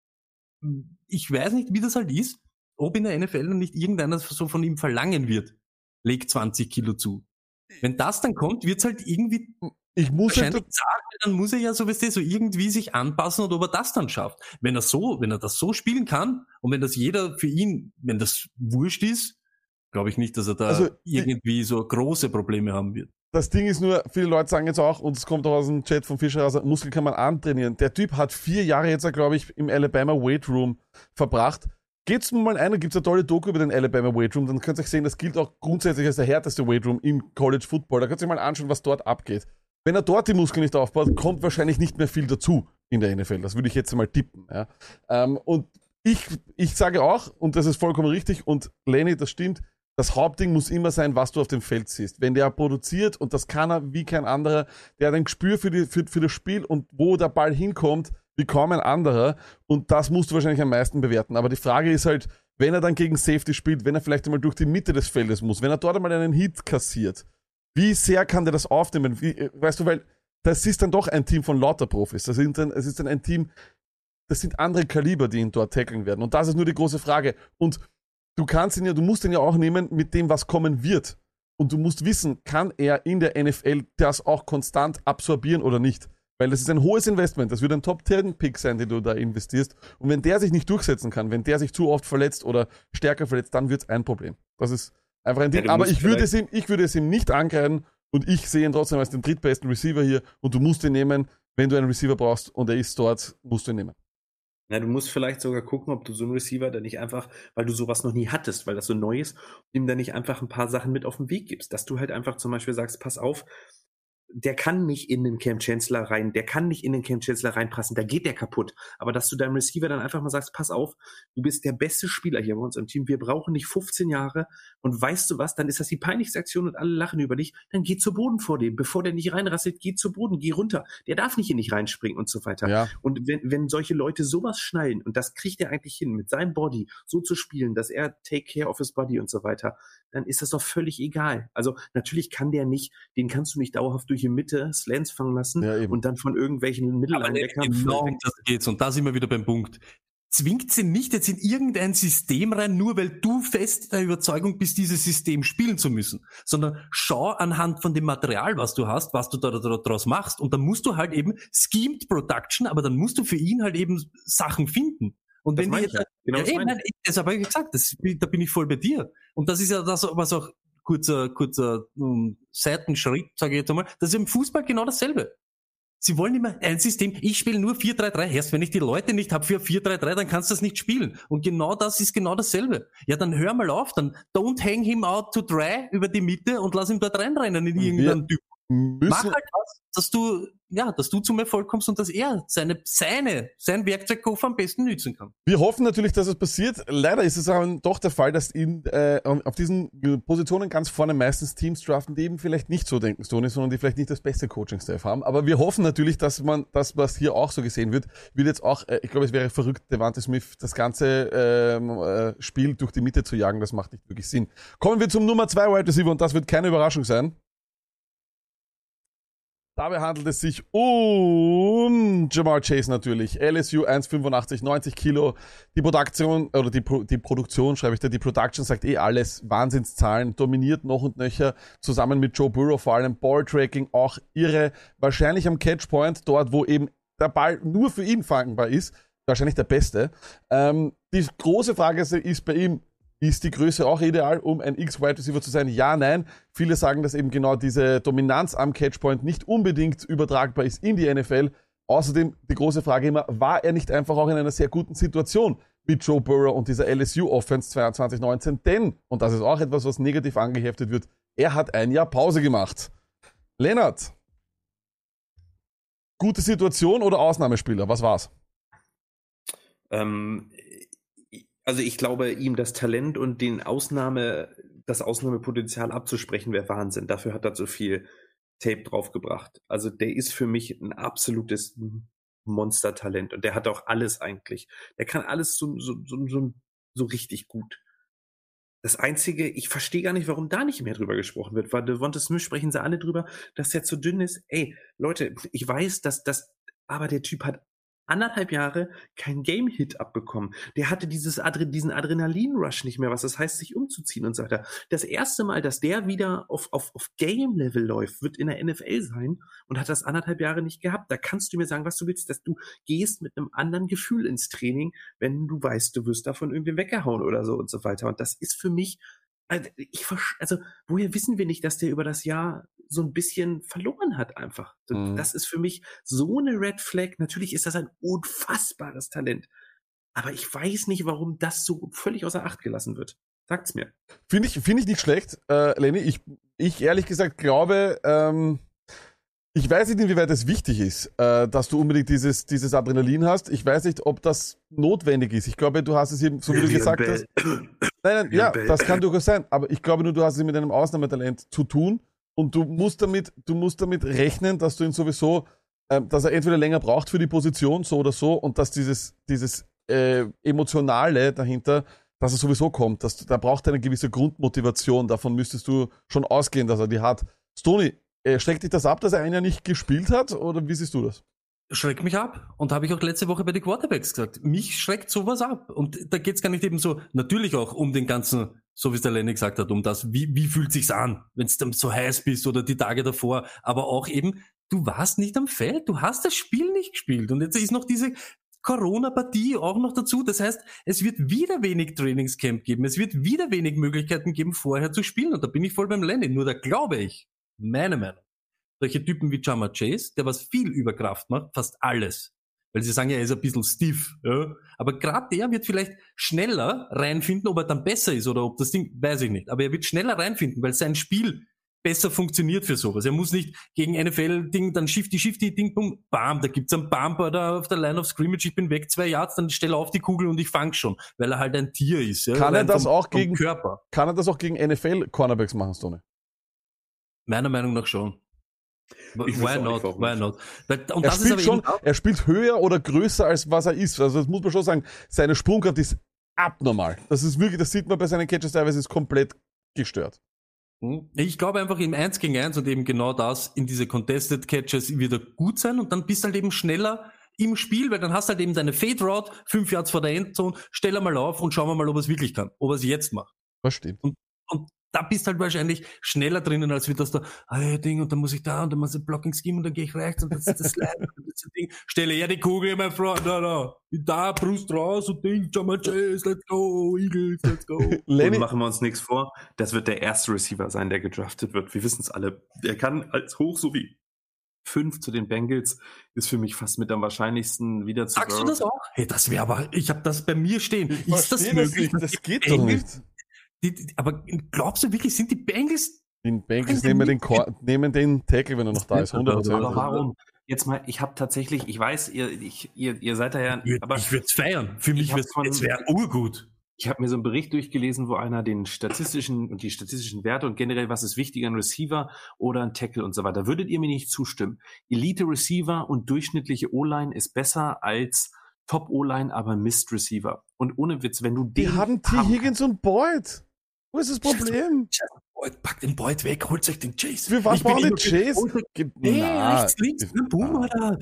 ich weiß nicht, wie das halt ist, ob in der NFL nicht irgendeiner so von ihm verlangen wird, leg 20 Kilo zu. Wenn das dann kommt, wird's halt irgendwie wahrscheinlich sagen, dann muss er ja so irgendwie sich anpassen und ob er das dann schafft. Wenn er das so spielen kann und wenn das jeder für ihn, wenn das wurscht ist, glaube ich nicht, dass er da irgendwie so große Probleme haben wird. Das Ding ist nur, viele Leute sagen jetzt auch, und es kommt auch aus dem Chat von Fischer, also Muskel kann man antrainieren. Der Typ hat 4 Jahre jetzt, glaube ich, im Alabama Weight Room verbracht. Geht's mal ein, da gibt's eine tolle Doku über den Alabama Weight Room, dann könnt ihr euch sehen, das gilt auch grundsätzlich als der härteste Weight Room im College Football. Da könnt ihr euch mal anschauen, was dort abgeht. Wenn er dort die Muskeln nicht aufbaut, kommt wahrscheinlich nicht mehr viel dazu in der NFL. Das würde ich jetzt mal tippen. Ja. Und ich sage auch, und das ist vollkommen richtig, und Lenny, das stimmt, das Hauptding muss immer sein, was du auf dem Feld siehst. Wenn der produziert, und das kann er wie kein anderer, der hat ein Gespür für das Spiel und wo der Ball hinkommt, wie kaum ein anderer. Und das musst du wahrscheinlich am meisten bewerten. Aber die Frage ist halt, wenn er dann gegen Safety spielt, wenn er vielleicht einmal durch die Mitte des Feldes muss, wenn er dort einmal einen Hit kassiert, wie sehr kann der das aufnehmen? Weißt du, weil das ist dann doch ein Team von lauter Profis. Es ist dann ein Team, das sind andere Kaliber, die ihn dort tackeln werden. Und das ist nur die große Frage. Und du musst ihn ja auch nehmen mit dem, was kommen wird. Und du musst wissen, kann er in der NFL das auch konstant absorbieren oder nicht? Weil das ist ein hohes Investment. Das wird ein Top-10-Pick sein, den du da investierst. Und wenn der sich nicht durchsetzen kann, wenn der sich zu oft verletzt oder stärker verletzt, dann wird es ein Problem. Das ist einfach ein Ding. Aber ich würde es ihm nicht angreifen und ich sehe ihn trotzdem als den drittbesten Receiver hier und du musst ihn nehmen, wenn du einen Receiver brauchst und er ist dort, musst du ihn nehmen. Na, du musst vielleicht sogar gucken, ob du so einen Receiver dann nicht einfach, weil du sowas noch nie hattest, weil das so neu ist, ihm dann nicht einfach ein paar Sachen mit auf den Weg gibst. Dass du halt einfach zum Beispiel sagst, pass auf, der kann nicht in den Cam Chancellor reinpassen, da geht der kaputt. Aber dass du deinem Receiver dann einfach mal sagst, pass auf, du bist der beste Spieler hier bei uns im Team, wir brauchen nicht 15 Jahre und weißt du was, dann ist das die peinlichste Aktion und alle lachen über dich, dann geh zu Boden vor dem, bevor der nicht reinrasselt, geh zu Boden, geh runter, der darf nicht in dich reinspringen und so weiter. Ja. Und wenn solche Leute sowas schnallen und das kriegt er eigentlich hin, mit seinem Body so zu spielen, dass er take care of his body und so weiter, dann ist das doch völlig egal. Also natürlich den kannst du nicht dauerhaft durch die Mitte Slants fangen lassen und dann von irgendwelchen Mittellinebackern. Genau, das geht's. Und da sind wir wieder beim Punkt. zwingt sie nicht jetzt in irgendein System rein, nur weil du fest der Überzeugung bist, dieses System spielen zu müssen, sondern schau anhand von dem Material, was du hast, was du da draus machst, und dann musst du halt eben Schemed Production, aber dann musst du für ihn halt eben Sachen finden. Und Das wenn meine die ich ja. Genau, das meine ich. das habe ich gesagt, da bin ich voll bei dir. Und das ist ja das, was auch kurzer Seitenschritt, sage ich jetzt einmal, das ist im Fußball genau dasselbe. Sie wollen immer ein System, ich spiele nur 4-3-3. Erst wenn ich die Leute nicht habe für 4-3-3, dann kannst du das nicht spielen. Und genau das ist genau dasselbe. Ja, dann hör mal auf, dann don't hang him out to dry über die Mitte und lass ihn dort reinrennen in irgendeinen Typ. Mach halt was, dass du zum Erfolg kommst und dass er sein Werkzeugkoffer am besten nützen kann. Wir hoffen natürlich, dass es passiert. Leider ist es aber doch der Fall, dass auf diesen Positionen ganz vorne meistens Teams draften, die eben vielleicht nicht so denken, Stoney, sondern die vielleicht nicht das beste Coaching-Staff haben. Aber wir hoffen natürlich, dass man das, was hier auch so gesehen wird jetzt auch, ich glaube, es wäre verrückt, Devante Smith das ganze Spiel durch die Mitte zu jagen. Das macht nicht wirklich Sinn. Kommen wir zum Nummer 2 Wide Receiver, und das wird keine Überraschung sein. Dabei handelt es sich um Ja'Marr Chase natürlich. LSU 1,85, 90 Kilo. Die Produktion, schreibe ich da, die Production sagt alles. Wahnsinnszahlen, dominiert noch und nöcher. Zusammen mit Joe Burrow, vor allem Balltracking, auch irre. Wahrscheinlich am Catchpoint, dort wo eben der Ball nur für ihn fangbar ist. Wahrscheinlich der Beste. Die große Frage ist bei ihm, ist die Größe auch ideal, um ein X-Wide Receiver zu sein? Ja, nein. Viele sagen, dass eben genau diese Dominanz am Catchpoint nicht unbedingt übertragbar ist in die NFL. Außerdem die große Frage immer, war er nicht einfach auch in einer sehr guten Situation mit Joe Burrow und dieser LSU-Offense 2019? Denn, und das ist auch etwas, was negativ angeheftet wird, er hat ein Jahr Pause gemacht. Lennart, gute Situation oder Ausnahmespieler? Was war's? Also ich glaube, ihm das Talent und das Ausnahmepotenzial abzusprechen, wäre Wahnsinn. Dafür hat er so viel Tape draufgebracht. Also der ist für mich ein absolutes Monstertalent, und der hat auch alles eigentlich. Der kann alles so richtig gut. Das Einzige, ich verstehe gar nicht, warum da nicht mehr drüber gesprochen wird, weil Devonta Smith sprechen sie alle drüber, dass der zu dünn ist. Ey, Leute, ich weiß, aber der Typ hat 1,5 Jahre kein Game-Hit abbekommen. Der hatte diesen Adrenalin-Rush nicht mehr, was das heißt, sich umzuziehen und so weiter. Das erste Mal, dass der wieder auf Game-Level läuft, wird in der NFL sein, und hat das 1,5 Jahre nicht gehabt. Da kannst du mir sagen, was du willst, dass du gehst mit einem anderen Gefühl ins Training, wenn du weißt, du wirst davon irgendwie weggehauen oder so und so weiter. Und das ist für mich, also woher wissen wir nicht, dass der über das Jahr so ein bisschen verloren hat einfach. Das ist für mich so eine Red Flag. Natürlich ist das ein unfassbares Talent. Aber ich weiß nicht, warum das so völlig außer Acht gelassen wird. Sagt's mir. Finde ich nicht schlecht, Lenny. Ich ehrlich gesagt glaube, ich weiß nicht, inwieweit es wichtig ist, dass du unbedingt dieses Adrenalin hast. Ich weiß nicht, ob das notwendig ist. Ich glaube, du hast es eben, so wie du gesagt hast. Nein, ja, das kann durchaus sein. Aber ich glaube nur, du hast es mit einem Ausnahmetalent zu tun, und du musst damit rechnen, dass du ihn sowieso, dass er entweder länger braucht für die Position, so oder so, und dass dieses Emotionale dahinter, dass er sowieso kommt. Da braucht er eine gewisse Grundmotivation. Davon müsstest du schon ausgehen, dass er die hat. Stoney, schreckt dich das ab, dass er ein Jahr nicht gespielt hat, oder wie siehst du das? Schreckt mich ab. Und habe ich auch letzte Woche bei den Quarterbacks gesagt. Mich schreckt sowas ab. Und da geht's gar nicht eben so, natürlich auch um den ganzen, so wie es der Lenny gesagt hat, um das, wie fühlt sich's an, wenn du dann so heiß bist oder die Tage davor. Aber auch eben, du warst nicht am Feld, du hast das Spiel nicht gespielt. Und jetzt ist noch diese Corona-Partie auch noch dazu. Das heißt, es wird wieder wenig Trainingscamp geben. Es wird wieder wenig Möglichkeiten geben, vorher zu spielen. Und da bin ich voll beim Lenny. Nur da glaube ich, meine Meinung, solche Typen wie Ja'Marr Chase, der was viel über Kraft macht, fast alles. Weil sie sagen ja, er ist ein bisschen stiff. Ja? Aber gerade der wird vielleicht schneller reinfinden, ob er dann besser ist oder ob das Ding, weiß ich nicht. Aber er wird schneller reinfinden, weil sein Spiel besser funktioniert für sowas. Er muss nicht gegen NFL-Ding, dann Shifty, Ding, boom, bam, da gibt's einen Bumper da auf der Line of Scrimmage, ich bin weg 2 Yards, dann stelle auf die Kugel und ich fang schon, weil er halt ein Tier ist. Ja? Kann er das auch gegen Körper? Kann er das auch gegen NFL-Cornerbacks machen, Stoney? Meiner Meinung nach schon. Why not? Und er spielt schon, er spielt höher oder größer, als was er ist. Also das muss man schon sagen, seine Sprungkraft ist abnormal. Das ist wirklich, das sieht man bei seinen Catches teilweise, ist komplett gestört. Ich glaube einfach im 1 gegen 1 und eben genau das, in diese Contested Catches wird er gut sein, und dann bist du halt eben schneller im Spiel, weil dann hast du halt eben deine Fade Route, 5 Yards vor der Endzone, stell einmal auf und schauen wir mal, ob er es wirklich kann, ob er es jetzt macht. Das stimmt. Und da bist halt wahrscheinlich schneller drinnen, als wie das da, Ding, und dann muss ich da, und dann muss ich Blocking Scheme, und dann gehe ich rechts, und das ist das Slide, und das Ding. Stelle her die Kugel, mein Freund, da, Brust raus, und Ding, Jamar Chase, let's go, Eagles, let's go. Lenny, Und machen wir uns nichts vor, das wird der erste Receiver sein, der gedraftet wird. Wir wissen es alle. Der kann als hoch sowie 5 zu den Bengals, ist für mich fast mit am wahrscheinlichsten wieder zu Sagst du das auch? Hey, das wäre aber, ich habe das bei mir stehen. ich Ist das verstehe möglich? nicht. Das geht doch nicht. Aber glaubst du wirklich, sind die Bengals? Die Bengals nehmen den Tackle, wenn er noch da ist, 100%. Aber warum? Jetzt mal, ich habe tatsächlich, ich weiß, ihr seid da ja, aber Ich würde es feiern. Für mich wäre urgut. ich habe mir so einen Bericht durchgelesen, wo einer die statistischen Werte und generell, was ist wichtiger, ein Receiver oder ein Tackle und so weiter. Würdet ihr mir nicht zustimmen? Elite Receiver und durchschnittliche O-Line ist besser als Top O-Line, aber Mist Receiver. Und ohne Witz, wenn du Die den haben T. Higgins und Boyd. Wo ist das Problem? Boyd, pack den Boyd weg, holt euch den Chase. Für was brauchen die Chase? Nee, rechts, links, Boom, Alter.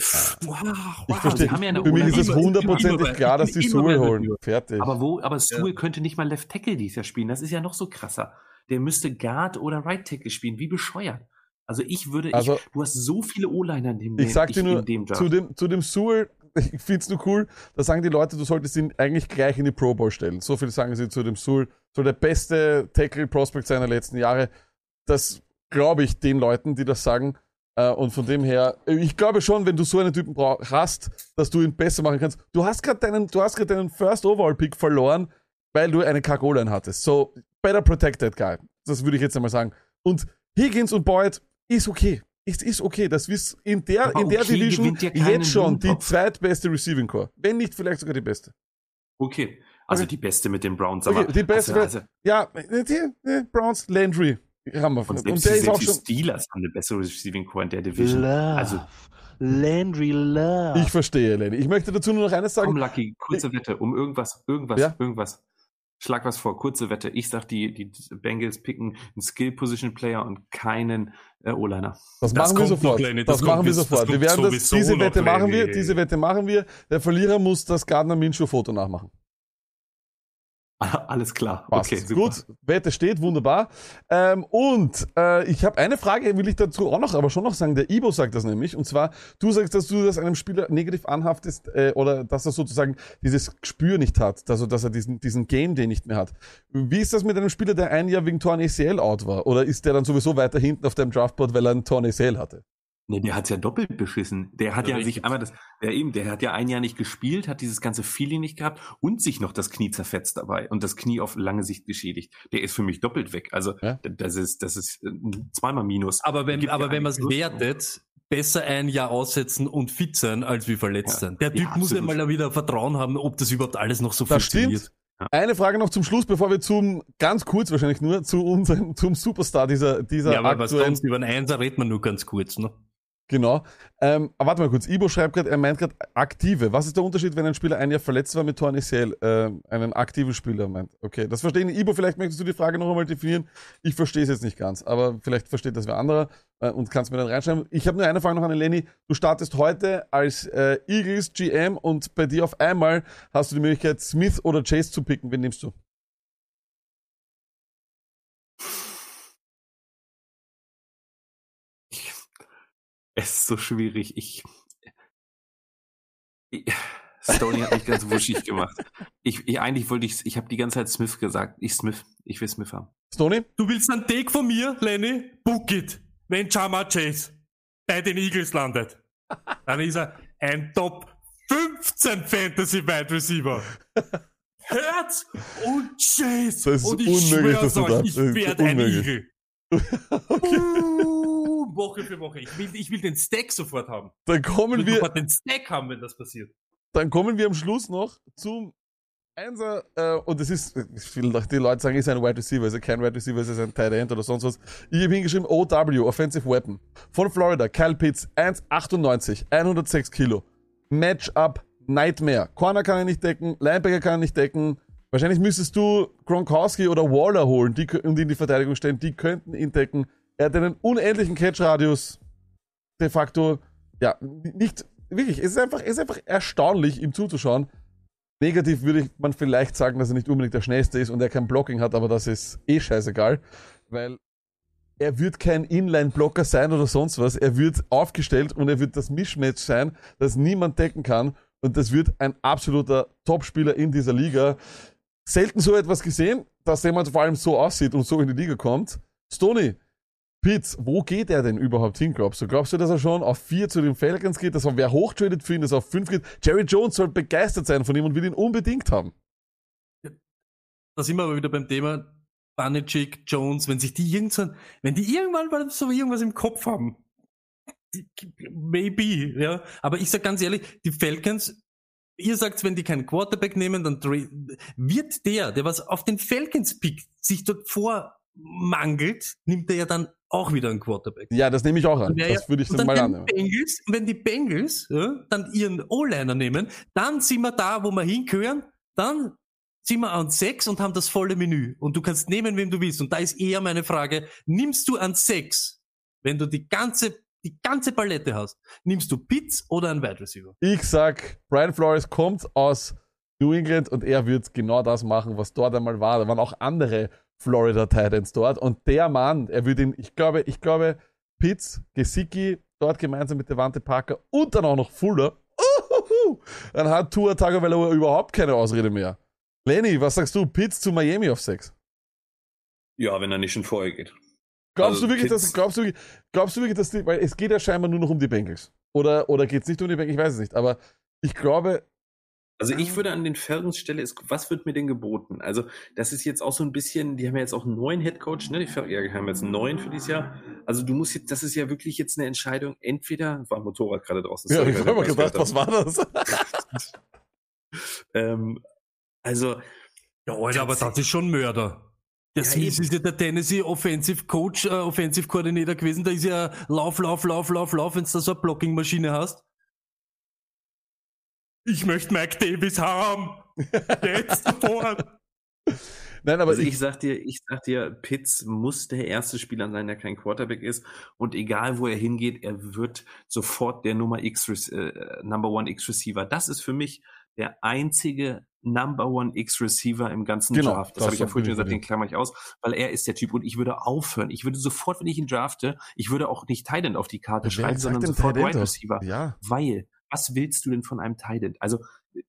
Ich verstehe. die haben ja eine Für mich O-Line. ist es hundertprozentig klar, dass die Immer Sewell mehr holen. dafür. Fertig. Aber Sewell könnte nicht mal Left Tackle dieses Jahr spielen. Das ist ja noch so krasser. Der müsste Guard oder Right Tackle spielen. Wie bescheuert. Also du hast so viele O-Liner in dem Ich sag dir nur, in dem Draft. zu dem Sewell, ich find's nur cool, da sagen die Leute, du solltest ihn eigentlich gleich in die Pro Bowl stellen. So viel sagen sie zu dem Sewell. Soll der beste Tackle-Prospect sein der letzten Jahre. Das glaube ich den Leuten, die das sagen. Und von dem her, ich glaube schon, wenn du so einen Typen hast, dass du ihn besser machen kannst. Du hast gerade deinen First Overall Pick verloren, weil du eine Kack-O-Line hattest. So, better protect that guy. Das würde ich jetzt einmal sagen. Und Higgins und Boyd ist okay. Ist okay. Das ist in der Division gewinnt ja keinen jetzt schon die Blumentopf. zweitbeste Receiving Core. Wenn nicht vielleicht sogar die beste. Okay. Also die beste mit den Browns. Okay, Aber die beste. also, Ja, die Browns, Landry. Haben wir. und Und selbst, der ist auch die schon. Steelers haben eine bessere Receiving Core in der Division. Love. Also, Landry Love. Ich verstehe, Lenny. Ich möchte dazu nur noch eines sagen. komm, Lucky, kurze Wette, um irgendwas. Ja? Schlag was vor, kurze Wette. Ich sag, die Bengals picken einen Skill-Position-Player und keinen O-Liner. Das machen wir kommt sofort. noch, Lenny, Das machen wir sofort. Wir werden sowieso diese noch, Wette machen wir. Lenny. Diese Wette machen wir. Der Verlierer muss das Gardner Minshew-Foto nachmachen. Alles klar. Passt. Okay, super. Gut, Wette steht, wunderbar. Ich habe eine Frage, will ich dazu auch noch, aber schon noch sagen. Der Ibo sagt das nämlich. Und zwar, du sagst, dass du das einem Spieler negativ anhaftest oder dass er sozusagen dieses Gespür nicht hat, also dass er diesen Game Day nicht mehr hat. Wie ist das mit einem Spieler, der ein Jahr wegen Torn ACL out war? Oder ist der dann sowieso weiter hinten auf deinem Draftboard, weil er einen Torn ACL hatte? Nee, der hat's ja doppelt beschissen. Der hat ja sich einmal der hat ja ein Jahr nicht gespielt, hat dieses ganze Feeling nicht gehabt und sich noch das Knie zerfetzt dabei und das Knie auf lange Sicht geschädigt. Der ist für mich doppelt weg. Also, Ja? das ist zweimal Minus. Aber wenn Gibt ja man es eigentlich wertet, besser ein Jahr aussetzen und fit sein, als wie verletzt Ja. sein. Der Ja, Typ muss ja absolut. mal wieder Vertrauen haben, ob das überhaupt alles noch so Das funktioniert. stimmt. Eine Frage noch zum Schluss, bevor wir ganz kurz wahrscheinlich nur, zum Superstar dieser Ja, aber was aktuellen. sonst über einen Einser redet man nur ganz kurz, ne? Genau. Aber warte mal kurz. Ibo schreibt gerade, er meint gerade aktive. Was ist der Unterschied, wenn ein Spieler ein Jahr verletzt war mit Torn ACL? Einen aktiven Spieler meint. Okay, das verstehen. Ibo, vielleicht möchtest du die Frage noch einmal definieren. Ich verstehe es jetzt nicht ganz, aber vielleicht versteht das wer anderer und kannst mir dann reinschreiben. Ich habe nur eine Frage noch an den Lenny. Du startest heute als Eagles GM und bei dir auf einmal hast du die Möglichkeit, Smith oder Chase zu picken. Wen nimmst du? Es ist so schwierig. Stoney hat mich ganz wuschig gemacht. Ich habe die ganze Zeit Smith gesagt. Ich will Smith haben. Stoney? Du willst einen Take von mir, Lenny? Book it. Wenn Jamar Chase bei den Eagles landet, dann ist er ein Top 15 Fantasy Wide Receiver. Herz und Chase. Das ist und ich unmöglich, schwör's dass du euch, das- ich das ist werde ein unmöglich. Eagle. Woche für Woche. Ich will den Stack sofort haben. Dann Ich kommen will wir, sofort den Stack haben, wenn das passiert. am Schluss noch zum Einser, und das ist, die Leute sagen, ist ein Wide Receiver, ist kein Wide Receiver, ist ein Tight End oder sonst was. Ich habe hingeschrieben, OW, Offensive Weapon. Von Florida, Kyle Pitts, 1,98, 106 Kilo. Matchup Nightmare. Corner kann er nicht decken, Linebacker kann er nicht decken. Wahrscheinlich müsstest du Gronkowski oder Waller holen und in die Verteidigung stellen, die könnten ihn decken. Er hat einen unendlichen Catch-Radius. De facto, ja, nicht wirklich, es ist einfach erstaunlich, ihm zuzuschauen. Negativ würde man vielleicht sagen, dass er nicht unbedingt der Schnellste ist und er kein Blocking hat, aber das ist scheißegal, weil er wird kein Inline-Blocker sein oder sonst was. Er wird aufgestellt und er wird das Mischmatch sein, das niemand decken kann. Und das wird ein absoluter Topspieler in dieser Liga. Selten so etwas gesehen, dass jemand vor allem so aussieht und so in die Liga kommt. Stoney, Pitts, wo geht er denn überhaupt hin, glaubst du? Glaubst du, dass er schon auf 4 zu den Falcons geht, dass er wer hochtradet für ihn, dass er auf 5 geht? Jerry Jones soll begeistert sein von ihm und will ihn unbedingt haben. Da sind wir aber wieder beim Thema Banachik, Jones, wenn die irgendwann mal so irgendwas im Kopf haben. Maybe, ja. Aber ich sag ganz ehrlich, die Falcons, ihr sagt, wenn die keinen Quarterback nehmen, dann wird der was auf den Falcons-Pick sich dort vormangelt, nimmt er ja dann auch wieder einen Quarterback. Ja, das nehme ich auch an. Das würde ich dann mal annehmen. Wenn die Bengals dann ihren O-Liner nehmen, dann sind wir da, wo wir hingehören, dann sind wir an 6 und haben das volle Menü. Und du kannst nehmen, wem du willst. Und da ist eher meine Frage, nimmst du an 6, wenn du die ganze Palette hast, nimmst du Pitts oder einen Wide Receiver? Ich sag, Brian Flores kommt aus New England und er wird genau das machen, was dort einmal war. Da waren auch andere Florida Titans dort und der Mann, er wird ihn, ich glaube, Pitts, Gesicki, dort gemeinsam mit Devante Parker und dann auch noch Fuller. Dann hat Tua Tagovailoa überhaupt keine Ausrede mehr. Lenny, was sagst du? Pitts zu Miami auf 6? Ja, wenn er nicht schon vorher geht. Glaubst du wirklich, dass die, weil es geht ja scheinbar nur noch um die Bengals. Oder geht es nicht um die Bengals? Ich weiß es nicht, aber ich glaube. Also ich würde an den Falcons Stelle, was wird mir denn geboten? Also das ist jetzt auch so ein bisschen, die haben ja jetzt auch einen neuen Headcoach, ne? Die haben jetzt einen neuen für dieses Jahr. Also du musst jetzt, das ist ja wirklich jetzt eine Entscheidung, entweder, war ein Motorrad gerade draußen. Ja, ich habe mal gedacht, was war das? Also. Ja, Alter, aber das ist schon Mörder. Der Smith ist ja der Tennessee Offensive Coach, Offensive Coordinator gewesen. Da ist ja Lauf, wenn du da so eine Blocking-Maschine hast. Ich möchte Mike Davis haben. Jetzt sofort. Nein, aber also ich sag dir, Pitts muss der erste Spieler sein, der kein Quarterback ist. Und egal, wo er hingeht, er wird sofort der Number 1 X Receiver. Das ist für mich der einzige Number 1 X Receiver im ganzen Draft. Das habe ich ja vorhin schon gesagt, den klammer ich aus, weil er ist der Typ und ich würde aufhören. Ich würde sofort, wenn ich ihn drafte, ich würde auch nicht Tight End auf die Karte schreiben, sondern sofort Wide Receiver. Ja. Weil, was willst du denn von einem Tight End? Also,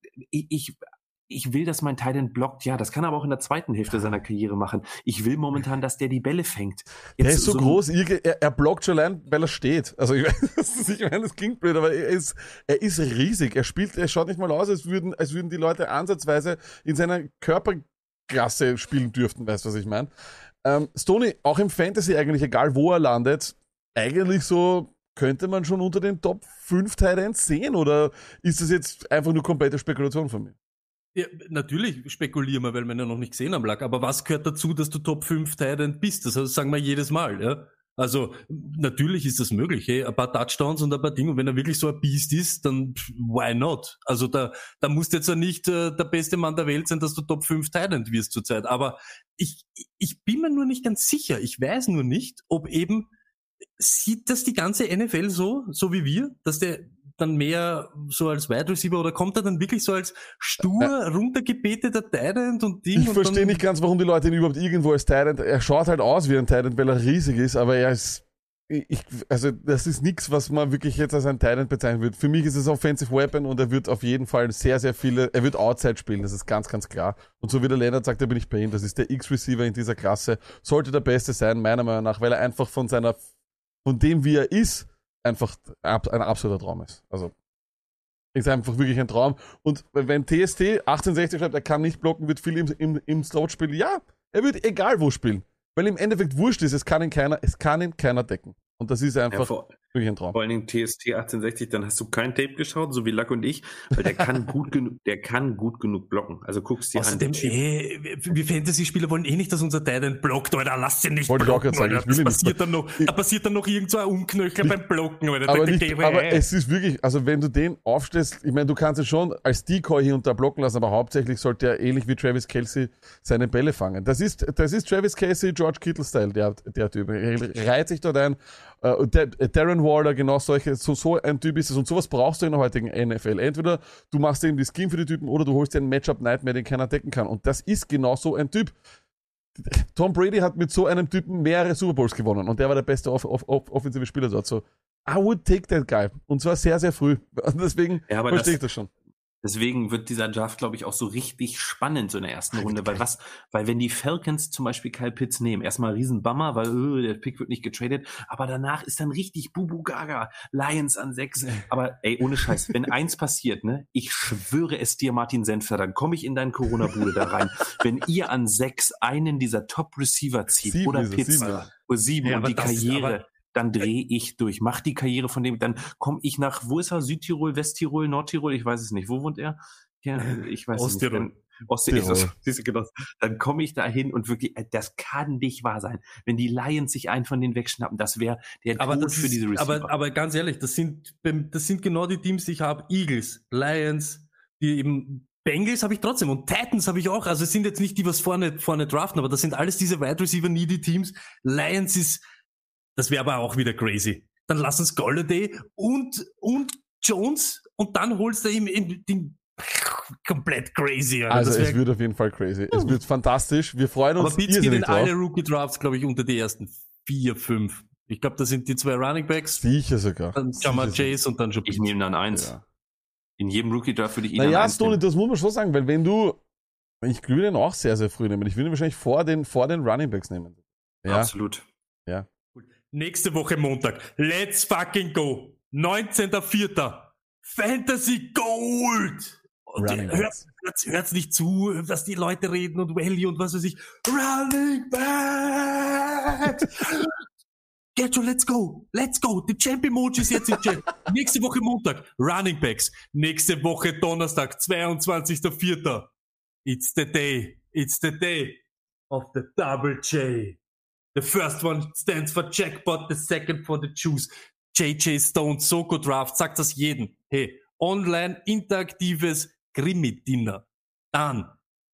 ich will, dass mein Tight End blockt, ja, das kann er aber auch in der zweiten Hälfte seiner Karriere machen. Ich will momentan, dass der die Bälle fängt. Jetzt der ist so groß, er blockt schon allein, weil er steht. Also ich meine, das klingt blöd, aber er ist riesig. Er schaut nicht mal aus, als würden die Leute ansatzweise in seiner Körperklasse spielen dürften, weißt du, was ich meine? Stoney, auch im Fantasy eigentlich, egal wo er landet, eigentlich so könnte man schon unter den Top 5 Tight Ends sehen, oder ist das jetzt einfach nur komplette Spekulation von mir? Ja, natürlich spekulieren wir, weil wir ihn ja noch nicht gesehen haben, Lack. Aber was gehört dazu, dass du Top 5 Tight End bist? Das sagen wir jedes Mal, ja. Also, natürlich ist das möglich, hey. Ein paar Touchdowns und ein paar Dinge. Und wenn er wirklich so ein Beast ist, dann why not? Also, da musst du jetzt ja nicht der beste Mann der Welt sein, dass du Top 5 Tight End wirst zurzeit. Aber ich bin mir nur nicht ganz sicher. Ich weiß nur nicht, ob eben sieht das die ganze NFL so wie wir, dass der dann mehr so als Wide Receiver oder kommt er dann wirklich so als stur, runtergebeteter Tight End und Ding? Ich verstehe nicht ganz, warum die Leute ihn überhaupt irgendwo als Tight End, er schaut halt aus wie ein Tight End, weil er riesig ist, aber er ist, also das ist nichts, was man wirklich jetzt als ein Tight End bezeichnen würde. Für mich ist es Offensive Weapon und er wird auf jeden Fall sehr, sehr er wird Outside spielen, das ist ganz, ganz klar. Und so wie der Leonard sagt, da bin ich bei ihm, das ist der X-Receiver in dieser Klasse, sollte der Beste sein, meiner Meinung nach, weil er einfach von dem, wie er ist, einfach ein absoluter Traum ist. Also, ist einfach wirklich ein Traum. Und wenn TST 1860 schreibt, er kann nicht blocken, wird viel im Slot spielen, ja, er wird egal wo spielen. Weil im Endeffekt wurscht ist, es kann ihn keiner decken. Und das ist einfach wirklich ein Traum. Vor allen Dingen TST 1860, dann hast du kein Tape geschaut, so wie Luck und ich, weil der kann gut genug blocken. Also guckst dir an. Außerdem, wir Fantasy-Spieler wollen nicht, dass unser Tight End blockt, Alter, lass den nicht blocken, Alter. Da passiert dann noch irgend so ein Umknöchel beim Blocken, Alter. Aber es ist wirklich, also wenn du den aufstellst, ich meine, du kannst es schon als Decoy hier und da blocken lassen, aber hauptsächlich sollte er ähnlich wie Travis Kelce seine Bälle fangen. Das ist Travis Kelce, George Kittle-Style, der Typ. Er reiht sich dort ein Darren Waller, genau so ein Typ ist es. Und sowas brauchst du in der heutigen NFL. Entweder du machst irgendwie Scheme für die Typen oder du holst dir einen Matchup-Nightmare, den keiner decken kann. Und das ist genau so ein Typ. Tom Brady hat mit so einem Typen mehrere Super Bowls gewonnen und der war der beste offensive Spieler dort. So, I would take that guy. Und zwar sehr, sehr früh. Und deswegen verstehe ich das schon. Deswegen wird dieser Draft, glaube ich, auch so richtig spannend so in der ersten Runde, weil wenn die Falcons zum Beispiel Kyle Pitts nehmen, erstmal Riesenbummer, weil der Pick wird nicht getradet, aber danach ist dann richtig Bubu Gaga, Lions an 6, aber ey, ohne Scheiß, wenn eins passiert, ne, ich schwöre es dir, Martin Senfer, dann komme ich in deinen Corona-Bude da rein, wenn ihr an 6 einen dieser Top-Receiver zieht, 7 oder Pitts, 7 ja, und die Karriere, dann drehe ich durch. Mach die Karriere von dem, dann komme ich nach, wo ist er? Südtirol, Westtirol, Nordtirol? Ich weiß es nicht. Wo wohnt er? Ja, ich weiß es nicht. Osttirol. Dann komme ich da hin und wirklich, das kann nicht wahr sein. Wenn die Lions sich einen von denen wegschnappen, das wäre der Tod für diese Receiver. Aber ganz ehrlich, das sind genau die Teams, die ich habe. Eagles, Lions, die eben Bengals habe ich trotzdem und Titans habe ich auch. Also es sind jetzt nicht die, was vorne draften, aber das sind alles diese Wide Receiver Needy Teams. Lions das wäre aber auch wieder crazy. Dann lass uns Golladay und Jones und dann holst du ihm den komplett crazy. Also es wird auf jeden Fall crazy. Es wird fantastisch. Wir freuen uns. Aber Pitts geht in alle Rookie-Drafts, glaube ich, unter die ersten 4, 5. Ich glaube, das sind die 2 Running Backs. Sicher sogar. Dann Jamar Chase und dann schon Pitts. Ich nehme dann 1. Ja. In jedem Rookie-Draft würde ich ihn naja, Stoney, das muss man schon sagen, weil ich würde ihn auch sehr, sehr früh nehmen. Ich würde ihn wahrscheinlich vor den Running Backs nehmen. Ja. Absolut. Ja. Nächste Woche Montag. Let's fucking go. 19.04. Fantasy Gold. Hört's nicht zu, was die Leute reden und Welly und was weiß ich. Running Back. Get you, let's go. Let's go. Die Champ-Emoji ist jetzt im Chat. Nächste Woche Montag. Running Backs. Nächste Woche Donnerstag. 22.04. It's the day. It's the day of the Double J. The first one stands for Jackpot, the second for the Juice. JJ Stone, Soko Draft, sagt das jedem. Hey, online interaktives Krimi-Dinner. Dann,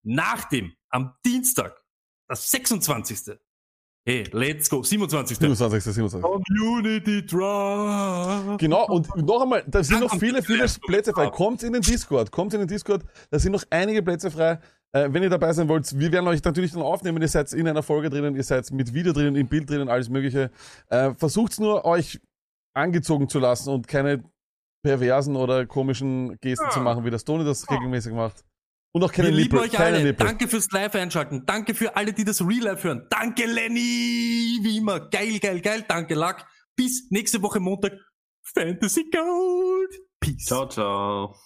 am Dienstag, das 26. Hey, let's go, 27. Community Draft. Genau, und noch einmal, da sind noch viele Plätze frei. Kommt in den Discord, da sind noch einige Plätze frei. Wenn ihr dabei sein wollt, wir werden euch natürlich dann aufnehmen, ihr seid in einer Folge drinnen, ihr seid mit Video drinnen, im Bild drinnen, alles mögliche. Versucht's nur, euch angezogen zu lassen und keine perversen oder komischen Gesten zu machen, wie das Toni das regelmäßig macht. Und auch keine Nippel. Wir lieben euch alle. Danke fürs Live-Einschalten. Danke für alle, die das Real-Life hören. Danke, Lenny. Wie immer. Geil. Danke, Luck. Bis nächste Woche Montag. Fantasy Gold. Peace. Ciao.